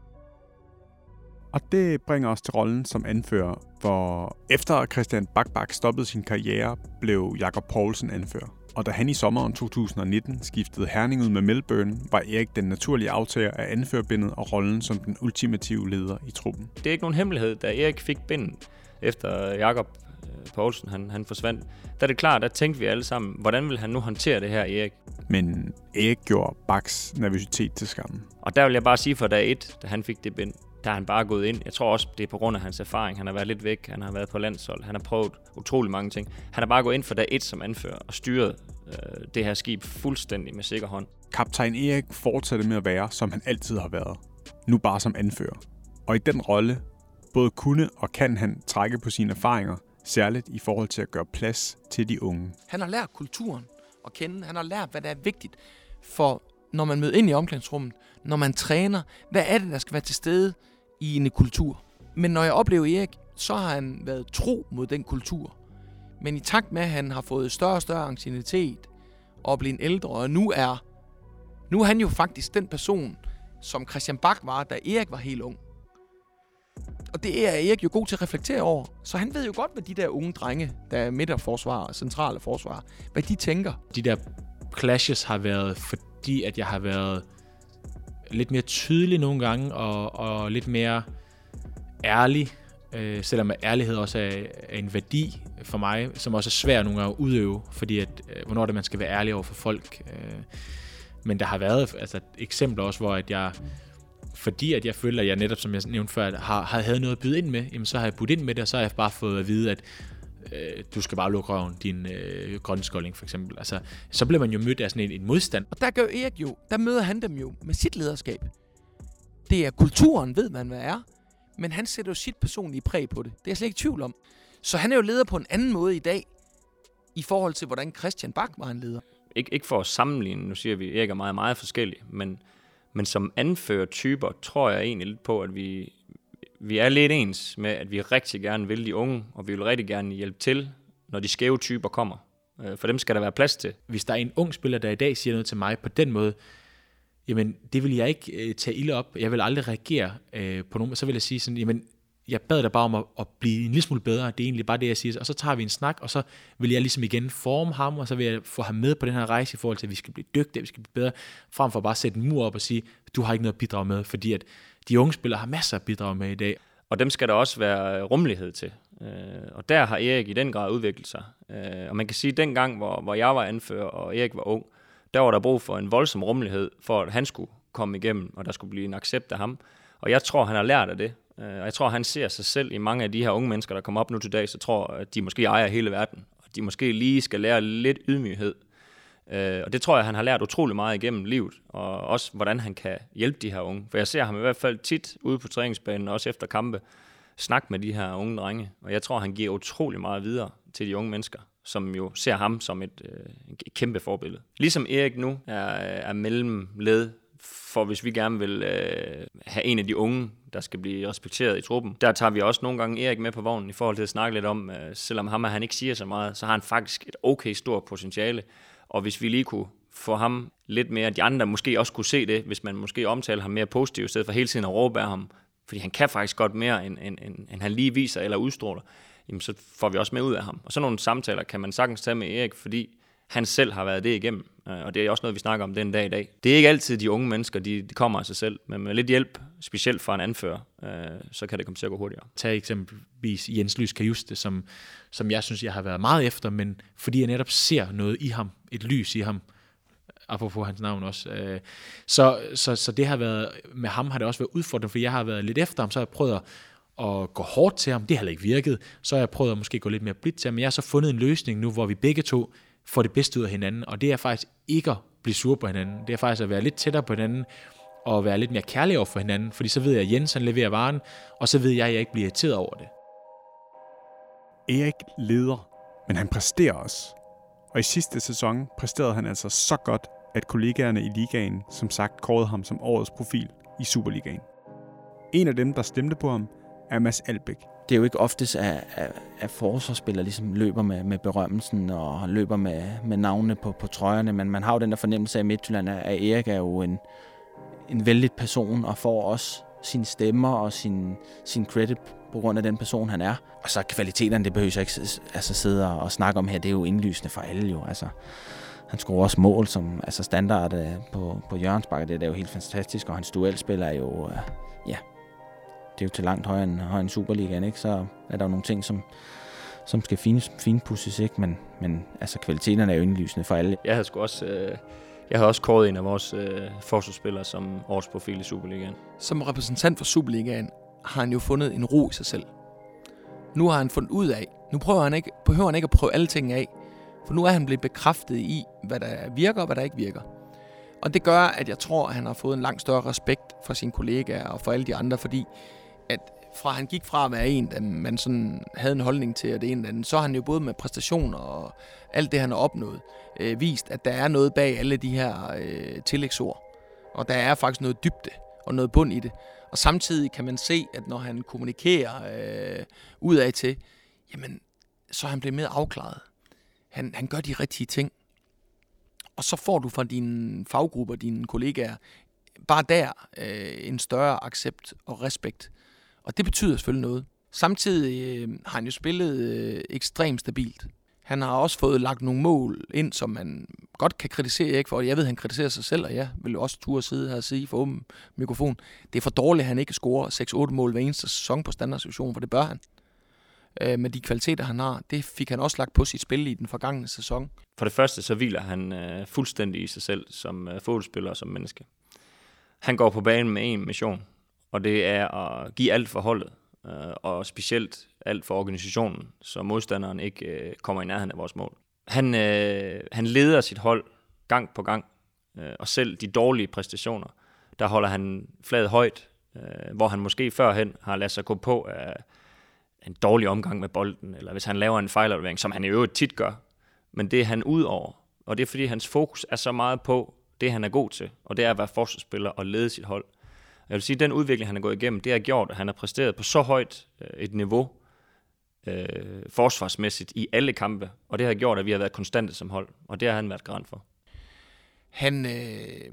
Og det bringer os til rollen som anfører, hvor efter Christian Bak-Bak stoppede sin karriere, blev Jakob Poulsen anfører. Og da han i sommeren to tusind nitten skiftede Herning ud med Melbourne, var Erik den naturlige aftager af anførerbindet og rollen som den ultimative leder i truppen. Det er ikke nogen hemmelighed, da Erik fik bindet efter Jakob Poulsen, han, han forsvandt. Der er det klart, der tænkte vi alle sammen, hvordan vil han nu håndtere det her, Erik? Men Erik gjorde Baks nervøsitet til skamme. Og der vil jeg bare sige for dag et, da han fik det bind, der er han bare gået ind. Jeg tror også, det er på grund af hans erfaring. Han har været lidt væk, han har været på landshold, han har prøvet utrolig mange ting. Han har bare gået ind for dag et som anfører og styret øh, det her skib fuldstændig med sikker hånd. Kaptajn Erik fortsatte med at være, som han altid har været. Nu bare som anfører. Og i den rolle både kunne og kan han trække på sine erfaringer, særligt i forhold til at gøre plads til de unge. Han har lært kulturen at kende. Han har lært, hvad der er vigtigt for, når man møder ind i omklædningsrummet, når man træner. Hvad er det, der skal være til stede i en kultur? Men når jeg oplever Erik, så har han været tro mod den kultur. Men i takt med, at han har fået større og større anciennitet og blevet ældre, og nu er, nu er han jo faktisk den person, som Christian Bak var, da Erik var helt ung. Og det er Erik jo god til at reflektere over. Så han ved jo godt, hvad de der unge drenge, der er midterforsvar og centrale forsvar, hvad de tænker. De der clashes har været, fordi at jeg har været lidt mere tydelig nogle gange, og, og lidt mere ærlig, øh, selvom ærlighed også er, er en værdi for mig, som også er svært nogle gange at udøve, fordi at, øh, hvornår er det, man skal være ærlig over for folk. Øh, men der har været altså, eksempler også, hvor at jeg, fordi at jeg føler, at jeg netop, som jeg nævnte før, har, har havde noget at byde ind med, jamen, så har jeg budt ind med det, og så har jeg bare fået at vide, at øh, du skal bare lukke røven, din øh, grønskolding for eksempel. Altså, så bliver man jo mødt af sådan en, en modstand. Og der gør Erik jo, der møder han dem jo med sit lederskab. Det er kulturen, ved man hvad er, men han sætter jo sit personlige præg på det. Det er jeg slet ikke i tvivl om. Så han er jo leder på en anden måde i dag, i forhold til, hvordan Christian Bach var en leder. Ik- ikke for at sammenligne, nu siger vi, at Erik er meget, meget forskellig, men, men som anførertyper tror jeg egentlig lidt på, at vi, vi er lidt ens med, at vi rigtig gerne vil de unge, og vi vil rigtig gerne hjælpe til, når de skæve typer kommer. For dem skal der være plads til. Hvis der er en ung spiller, der i dag siger noget til mig på den måde, jamen det vil jeg ikke øh, tage ilde op. Jeg vil aldrig reagere øh, på nogen. Så vil jeg sige sådan, jamen jeg bad dig bare om at, at blive en lille smule bedre. Det er egentlig bare det, jeg siger. Og så tager vi en snak, og så vil jeg ligesom igen forme ham, og så vil jeg få ham med på den her rejse i forhold til, at vi skal blive dygtige, vi skal blive bedre, frem for bare at sætte en mur op og sige, du har ikke noget at bidrage med, fordi at de unge spillere har masser at bidrage med i dag. Og dem skal der også være rummelighed til. Og der har Erik i den grad udviklet sig. Og man kan sige, at dengang, hvor, hvor jeg var anfører, og Erik var ung, der var der brug for en voldsom rummelighed, for at han skulle komme igennem, og der skulle blive en accept af ham. Og jeg tror, han har lært af det. Og jeg tror, han ser sig selv i mange af de her unge mennesker, der kommer op nu til dag, så tror, at de måske ejer hele verden. Og de måske lige skal lære lidt ydmyghed. Og det tror jeg, han har lært utrolig meget igennem livet, og også hvordan han kan hjælpe de her unge. For jeg ser ham i hvert fald tit ude på træningsbanen, også efter kampe, snakke med de her unge drenge. Og jeg tror, han giver utrolig meget videre til de unge mennesker, som jo ser ham som et, et kæmpe forbillede. Ligesom Erik nu er, er mellemled, for hvis vi gerne vil øh, have en af de unge, der skal blive respekteret i truppen. Der tager vi også nogle gange Erik med på vognen i forhold til at snakke lidt om, øh, selvom ham, han ikke siger så meget, så har han faktisk et okay stort potentiale. Og hvis vi lige kunne få ham lidt mere, de andre måske også kunne se det, hvis man måske omtaler ham mere positivt, i stedet for hele tiden at råbe af ham, fordi han kan faktisk godt mere, end, end, end, end han lige viser eller udstråler, jamen så får vi også med ud af ham. Og sådan nogle samtaler kan man sagtens tage med Erik, fordi han selv har været det igennem, og det er også noget, vi snakker om den dag i dag. Det er ikke altid de unge mennesker, de, de kommer af sig selv, men med lidt hjælp, specielt fra en anfører, øh, så kan det komme til at gå hurtigere. Tag eksempelvis Jens Lys Kajuste, som, som jeg synes, jeg har været meget efter, men fordi jeg netop ser noget i ham, et lys i ham, apropos hans navn også. Øh, så, så, så det har været, med ham har det også været udfordrende, for jeg har været lidt efter ham, så har jeg prøvet at, at gå hårdt til ham, det har heller ikke virket, så har jeg prøvet at måske gå lidt mere blidt til ham, men jeg har så fundet en løsning nu, hvor vi begge to får det bedste ud af hinanden, og det er faktisk ikke at blive sur på hinanden, det er faktisk at være lidt tættere på hinanden, og være lidt mere kærlig over for hinanden, fordi så ved jeg, at Jens han leverer varen, og så ved jeg, at jeg ikke bliver irriteret over det. Erik leder, men han præsterer også. Og i sidste sæson præsterede han altså så godt, at kollegaerne i ligaen som sagt kårede ham som årets profil i Superligaen. En af dem, der stemte på ham, er Mads Albeck. Det er jo ikke oftest, at, at, at forsvarsspillere ligesom løber med, med berømmelsen og løber med, med navnene på, på trøjerne, men man har jo den der fornemmelse af i Midtjylland, at Erik er jo en, en vældig person og får også sine stemmer og sin, sin credit på grund af den person, han er. Og så kvaliteterne, det behøver jeg ikke altså, sidde og snakke om her, det er jo indlysende for alle jo. Altså, han scorer også mål som altså standard på, på Jørgensbakke, det er jo helt fantastisk, og hans duelspiller er jo, ja, det er jo til langt højere end, højere end Superligaen, ikke? Så er der jo nogle ting, som, som skal finpudses, ikke? Men, men altså, kvaliteterne er jo indlysende for alle. Jeg havde sgu også, øh, jeg havde også kåret en af vores øh, forsvarsspillere som årets profil i Superligaen. Som repræsentant for Superligaen har han jo fundet en ro i sig selv. Nu har han fundet ud af, nu prøver han ikke, behøver han ikke at prøve alle ting af, for nu er han blevet bekræftet i, hvad der virker og hvad der ikke virker. Og det gør, at jeg tror, at han har fået en langt større respekt for sine kollegaer og for alle de andre, fordi at fra han gik fra at være en, der man sådan havde en holdning til, og det ene eller andet, så har han jo både med præstationer og alt det, han har opnået, øh, vist, at der er noget bag alle de her øh, tillægsord. Og der er faktisk noget dybde og noget bund i det. Og samtidig kan man se, at når han kommunikerer øh, udad til, jamen, så er han blevet mere afklaret. Han, han gør de rigtige ting. Og så får du fra dine faggrupper, dine kollegaer, bare der øh, en større accept og respekt. Og det betyder selvfølgelig noget. Samtidig øh, har han jo spillet øh, ekstremt stabilt. Han har også fået lagt nogle mål ind, som man godt kan kritisere Erik for det. Jeg ved, han kritiserer sig selv, og jeg vil jo også turde sidde her og sige for åben mikrofon. Det er for dårligt, at han ikke scorer seks otte mål hver eneste sæson på standardsituation, for det bør han. Øh, med de kvaliteter, han har, det fik han også lagt på sit spil i den forgangne sæson. For det første, så hviler han øh, fuldstændig i sig selv som øh, fodboldspiller og som menneske. Han går på banen med en mission, og det er at give alt for holdet, øh, og specielt alt for organisationen, så modstanderen ikke øh, kommer i nærheden af vores mål. Han, øh, han leder sit hold gang på gang, øh, og selv de dårlige præstationer, der holder han flaget højt, øh, hvor han måske førhen har ladet sig gå på af en dårlig omgang med bolden, eller hvis han laver en fejlaflevering, som han i øvrigt tit gør. Men det er han ud over, og det er fordi hans fokus er så meget på det, han er god til, og det er at være forsvarsspiller og lede sit hold. Jeg vil sige, at den udvikling, han er gået igennem, det har gjort, at han har præsteret på så højt et niveau, øh, forsvarsmæssigt i alle kampe, og det har gjort, at vi har været konstante som hold, og det har han været garant for. Han øh,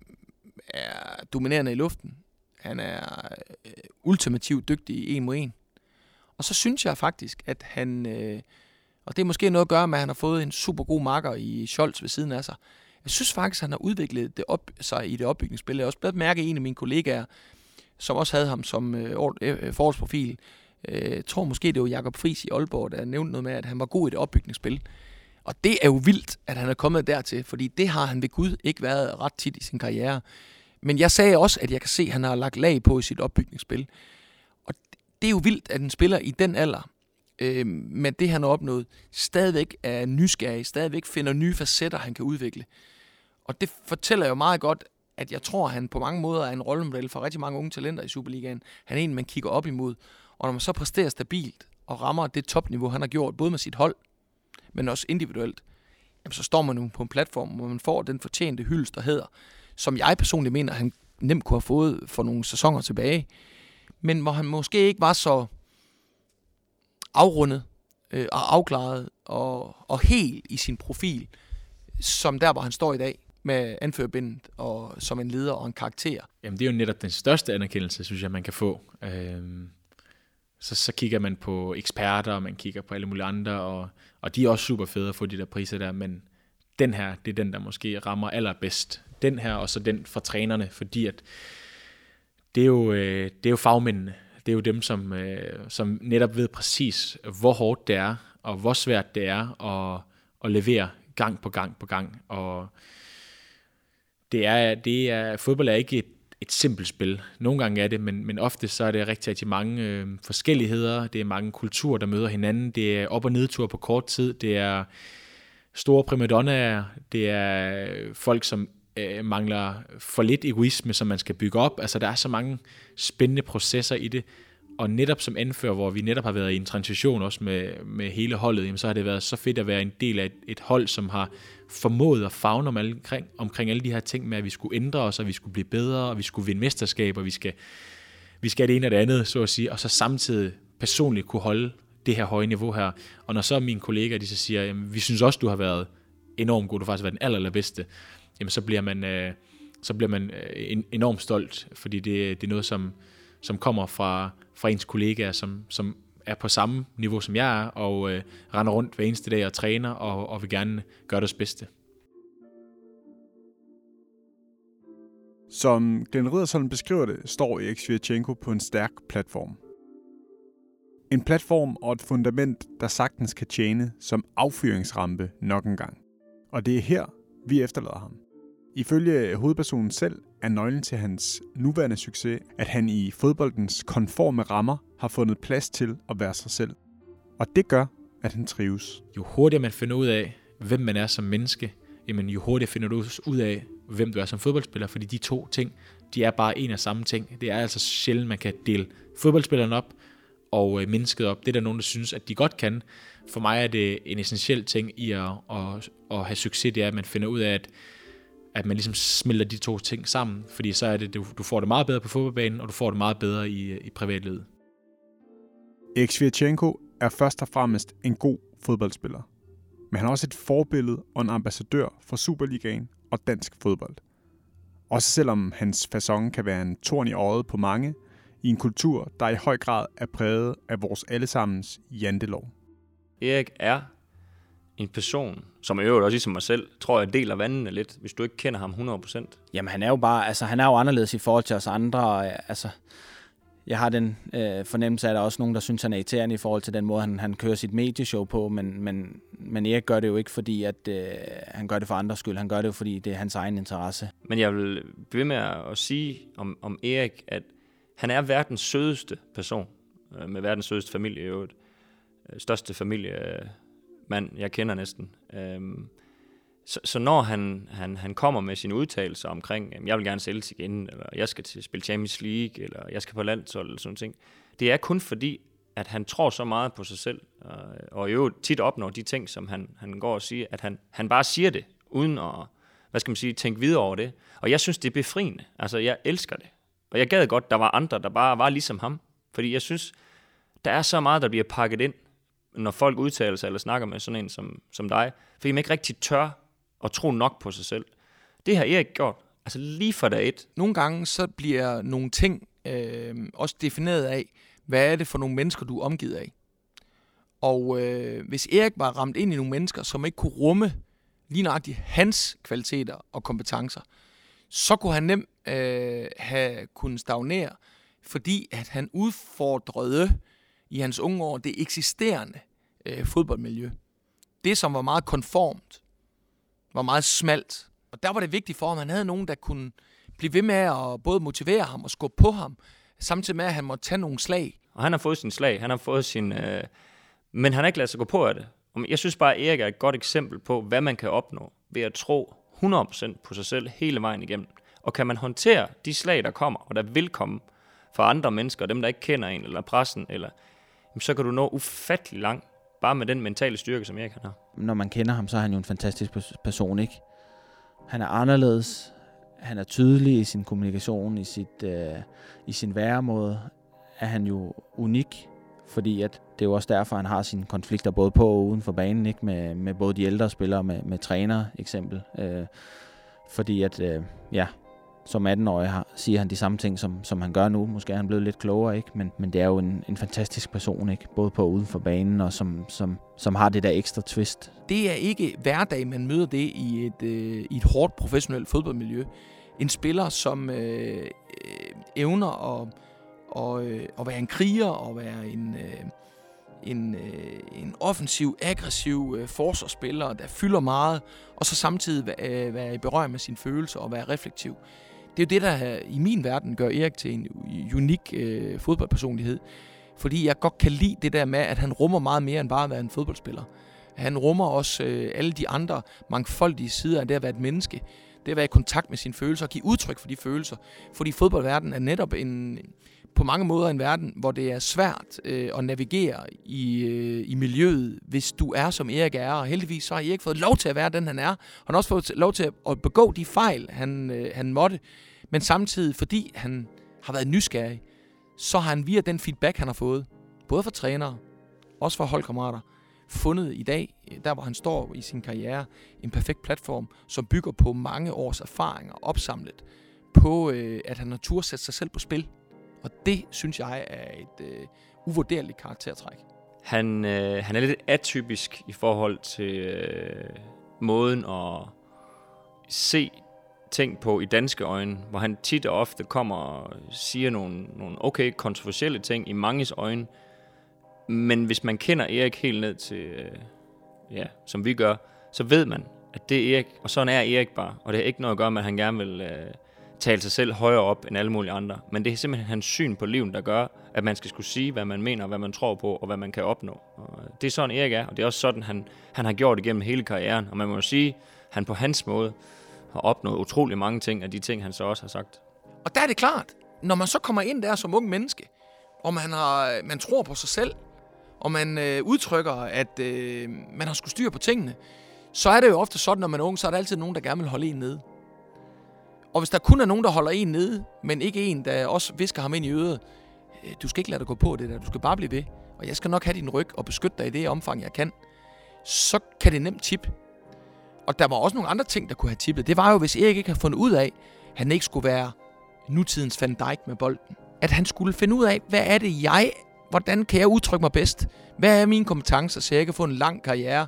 er dominerende i luften. Han er øh, ultimativt dygtig i en mod en. Og så synes jeg faktisk, at han, øh, og det er måske noget at gøre med, at han har fået en super god marker i Scholz ved siden af sig. Jeg synes faktisk, at han har udviklet det op, sig i det opbygningsspil. Jeg har også blevet mærke en af mine kollegaer, som også havde ham som øh, forårsprofil. Jeg øh, tror måske, det var Jakob Friis i Aalborg, der nævnte noget med, at han var god i det opbygningsspil. Og det er jo vildt, at han er kommet dertil, fordi det har han ved Gud ikke været ret tit i sin karriere. Men jeg sagde også, at jeg kan se, at han har lagt lag på i sit opbygningsspil. Og det er jo vildt, at en spiller i den alder, øh, med det han har opnået, stadigvæk er nysgerrig, stadigvæk finder nye facetter, han kan udvikle. Og det fortæller jo meget godt, at jeg tror, at han på mange måder er en rollemodel for rigtig mange unge talenter i Superligaen. Han er en, man kigger op imod. Og når man så præsterer stabilt og rammer det topniveau, han har gjort, både med sit hold, men også individuelt, jamen så står man nu på en platform, hvor man får den fortjente hyldest og hæder, som jeg personligt mener, han nemt kunne have fået for nogle sæsoner tilbage, men hvor han måske ikke var så afrundet øh, og afklaret og, og helt i sin profil, som der, hvor han står i dag, med anførerbindet og som en leder og en karakter. Jamen det er jo netop den største anerkendelse, synes jeg, man kan få. Øhm, så, så kigger man på eksperter, og man kigger på alle mulige andre, og, og de er også super fede at få de der priser der, men den her, det er den, der måske rammer allerbedst. Den her, og så den fra trænerne, fordi at det er jo, øh, det er jo fagmændene. Det er jo dem, som, øh, som netop ved præcis, hvor hårdt det er, og hvor svært det er at, at levere gang på gang på gang. Og det er, det er, fodbold er ikke et, et simpelt spil. Nogle gange er det, men, men ofte så er det rigtig, rigtig mange øh, forskelligheder. Det er mange kulturer, der møder hinanden. Det er op- og nedtur på kort tid. Det er store primadonnaer. Det er folk, som øh, mangler for lidt egoisme, som man skal bygge op. Altså, der er så mange spændende processer i det. Og netop som anfører, hvor vi netop har været i en transition også med, med hele holdet, jamen, så har det været så fedt at være en del af et, et hold, som har formået at favne om alle, omkring, omkring alle de her ting med, at vi skulle ændre os, og vi skulle blive bedre, og vi skulle vinde mesterskaber, og vi skal, vi skal det ene og det andet, så at sige, og så samtidig personligt kunne holde det her høje niveau her. Og når så mine kollegaer, de så siger, jamen, vi synes også, du har været enormt god, du har faktisk været den aller, allerbedste, jamen så bliver man, øh, så bliver man øh, enormt stolt, fordi det, det er noget, som, som kommer fra, fra ens kollegaer, som, som er på samme niveau, som jeg er, og øh, render rundt hver eneste dag og træner, og, og vil gerne gøre deres bedste. Som Glenn Riddersholm beskriver det, står Erik Sviatchenko på en stærk platform. En platform og et fundament, der sagtens kan tjene som affyringsrampe nok en gang. Og det er her, vi efterlader ham. Ifølge hovedpersonen selv er nøglen til hans nuværende succes, at han i fodboldens konforme rammer har fundet plads til at være sig selv. Og det gør, at han trives. Jo hurtigere man finder ud af, hvem man er som menneske, jamen jo hurtigere finder du ud af, hvem du er som fodboldspiller, fordi de to ting, de er bare en og samme ting. Det er altså sjældent, man kan dele fodboldspilleren op og øh, mennesket op. Det er der nogen, der synes, at de godt kan. For mig er det en essentiel ting i at, at, at have succes, det er, at man finder ud af, at at man ligesom smelter de to ting sammen, fordi så er det, du, du får det meget bedre på fodboldbanen, og du får det meget bedre i, i privatlivet. Erik Sviatchenko er først og fremmest en god fodboldspiller, men han er også et forbillede og en ambassadør for Superligaen og dansk fodbold. Også selvom hans facon kan være en torn i øjet på mange, i en kultur, der i høj grad er præget af vores allesammens jantelov. Erik er en person, som i øvrigt også ligesom mig selv, tror jeg deler vandene lidt, hvis du ikke kender ham hundrede procent. Jamen han er jo bare, altså han er jo anderledes i forhold til os andre, og, altså jeg har den øh, fornemmelse af, at der er også nogen, der synes, han er irriterende i forhold til den måde, han, han kører sit medieshow på, men, men, men Erik gør det jo ikke, fordi at, øh, han gør det for andres skyld. Han gør det jo, fordi det er hans egen interesse. Men jeg vil blive med at sige om, om Erik, at han er verdens sødeste person, øh, med verdens sødeste familie i øvrigt. Øh, største familiemand, jeg kender næsten. Øh, Så, så når han, han, han kommer med sine udtalelser omkring, jamen, jeg vil gerne sælges igen, eller jeg skal til spille Champions League, eller jeg skal på landshold, eller sådan ting, det er kun fordi, at han tror så meget på sig selv, og, og jo tit opnår de ting, som han, han går og siger, at han, han bare siger det, uden at, hvad skal man sige, tænke videre over det. Og jeg synes, det er befriende. Altså, jeg elsker det. Og jeg gad godt, der var andre, der bare var ligesom ham. Fordi jeg synes, der er så meget, der bliver pakket ind, når folk udtaler sig, eller snakker med sådan en som, som dig, fordi man ikke rigtig tør og tro nok på sig selv. Det har Erik gjort, altså lige fra dag et. Nogle gange så bliver nogle ting øh, også defineret af, hvad er det for nogle mennesker, du er omgivet af. Og øh, hvis Erik var ramt ind i nogle mennesker, som ikke kunne rumme lige nøjagtigt hans kvaliteter og kompetencer, så kunne han nemt øh, have kunnet stagnere, fordi at han udfordrede i hans unge år det eksisterende øh, fodboldmiljø. Det, som var meget konformt, var meget smalt. Og der var det vigtigt for ham, at han havde nogen, der kunne blive ved med at både motivere ham og skubbe på ham, samtidig med, at han måtte tage nogle slag. Og han har fået sin slag, han har fået sin... Øh... Men han har ikke ladet sig gå på af det. Jeg synes bare, at Erik er et godt eksempel på, hvad man kan opnå ved at tro hundrede procent på sig selv hele vejen igennem. Og kan man håndtere de slag, der kommer, og der vil komme fra andre mennesker, dem der ikke kender en, eller pressen, eller, så kan du nå ufattelig langt, bare med den mentale styrke, som Erik har. Når man kender ham, så er han jo en fantastisk person, ikke? Han er anderledes, han er tydelig i sin kommunikation, i, sit, øh, i sin væremåde, er han jo unik, fordi at det er jo også derfor, han har sine konflikter både på og uden for banen, ikke? Med, med både de ældre spillere, med, med trænere eksempel. Øh, fordi at, øh, ja, som atten-årig har, siger han de samme ting, som, som han gør nu. Måske er han blevet lidt klogere, ikke? Men, men det er jo en, en fantastisk person, ikke? Både på og uden for banen, og som, som, som har det der ekstra twist. Det er ikke hverdag, man møder det i et, øh, i et hårdt professionelt fodboldmiljø. En spiller, som øh, øh, evner at, og, øh, at være en kriger, og være en, øh, en, øh, en offensiv, aggressiv øh, forsvarsspiller, der fylder meget, og så samtidig øh, være i berøring med sine følelser og være reflektiv. Det er jo det, der i min verden gør Erik til en unik øh, fodboldpersonlighed. Fordi jeg godt kan lide det der med, at han rummer meget mere end bare at være en fodboldspiller. Han rummer også øh, alle de andre mangfoldige sider af det at være et menneske. Det at være i kontakt med sine følelser og give udtryk for de følelser. Fordi fodboldverdenen er netop en, på mange måder en verden, hvor det er svært øh, at navigere i, øh, i miljøet, hvis du er som Erik er. Og heldigvis så har Erik fået lov til at være den, han er. Han har også fået lov til at begå de fejl, han, øh, han måtte. Men samtidig, fordi han har været nysgerrig, så har han via den feedback, han har fået, både fra trænere, også fra holdkammerater, fundet i dag, der hvor han står i sin karriere, en perfekt platform, som bygger på mange års erfaringer, opsamlet på, øh, at han har tur sætte sig selv på spil. Og det, synes jeg, er et øh, uvurderligt karaktertræk. Han, øh, han er lidt atypisk i forhold til øh, måden at se ting på i danske øjne, hvor han tit og ofte kommer og siger nogle, nogle okay kontroversielle ting i manges øjne. Men hvis man kender Erik helt ned til, øh, ja, som vi gør, så ved man, at det er Erik, og sådan er Erik bare. Og det har ikke noget at gøre med, at han gerne vil øh, tale sig selv højere op end alle mulige andre. Men det er simpelthen hans syn på livet, der gør, at man skal skulle sige, hvad man mener, hvad man tror på, og hvad man kan opnå. Og det er sådan Erik er, og det er også sådan, han, han har gjort igennem hele karrieren. Og man må jo sige, at han på hans måde har opnået utrolig mange ting af de ting, han så også har sagt. Og der er det klart, når man så kommer ind der som ung menneske, og man, har, man tror på sig selv, og man øh, udtrykker, at øh, man har skulle styr på tingene, så er det jo ofte sådan, når man er ung, så er der altid nogen, der gerne vil holde en nede. Og hvis der kun er nogen, der holder en nede, men ikke en, der også visker ham ind i øret, øh, du skal ikke lade dig gå på det der, du skal bare blive ved, og jeg skal nok have din ryg og beskytte dig i det omfang, jeg kan, så kan det nemt tippe. Og der var også nogle andre ting, der kunne have tippet. Det var jo, hvis Erik ikke havde fundet ud af, at han ikke skulle være nutidens Van Dijk med bolden. At han skulle finde ud af, hvad er det jeg, hvordan kan jeg udtrykke mig bedst? Hvad er mine kompetencer, så jeg kan få en lang karriere,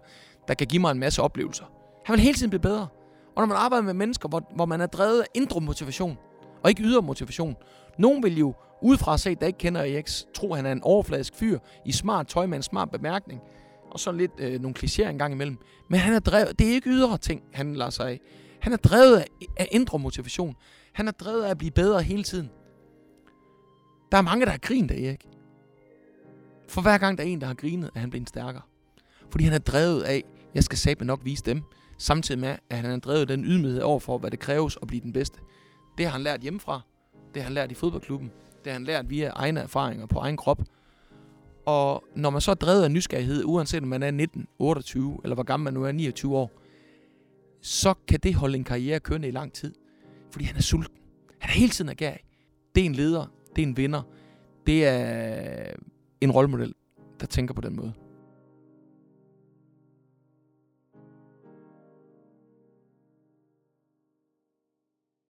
der kan give mig en masse oplevelser. Han vil hele tiden blive bedre. Og når man arbejder med mennesker, hvor, hvor man er drevet af indre motivation, og ikke ydre motivation. Nogen vil jo udefra set, der ikke kender Eriks, tro, han er en overfladisk fyr i smart tøj med en smart bemærkning. Og så lidt øh, nogle klichéer en gang imellem. Men han er drevet, det er ikke ydre ting, han lader sig af. Han er drevet af, af indre motivation. Han er drevet af at blive bedre hele tiden. Der er mange, der har grint af Erik. For hver gang der er en, der har grinet, er han blevet stærkere. Fordi han er drevet af, jeg skal satme nok vise dem, samtidig med, at han er drevet den ydmyghed overfor, hvad det kræves at blive den bedste. Det har han lært hjemmefra. Det har han lært i fodboldklubben. Det har han lært via egne erfaringer på egen krop. Og når man så er drevet af nysgerrighed, uanset om man er nitten, otteogtyve, eller hvor gammel man nu er, niogtyve år, så kan det holde en karriere kørende i lang tid. Fordi han er sulten. Han er hele tiden agerig. Det er en leder. Det er en vinder. Det er en rollemodel, der tænker på den måde.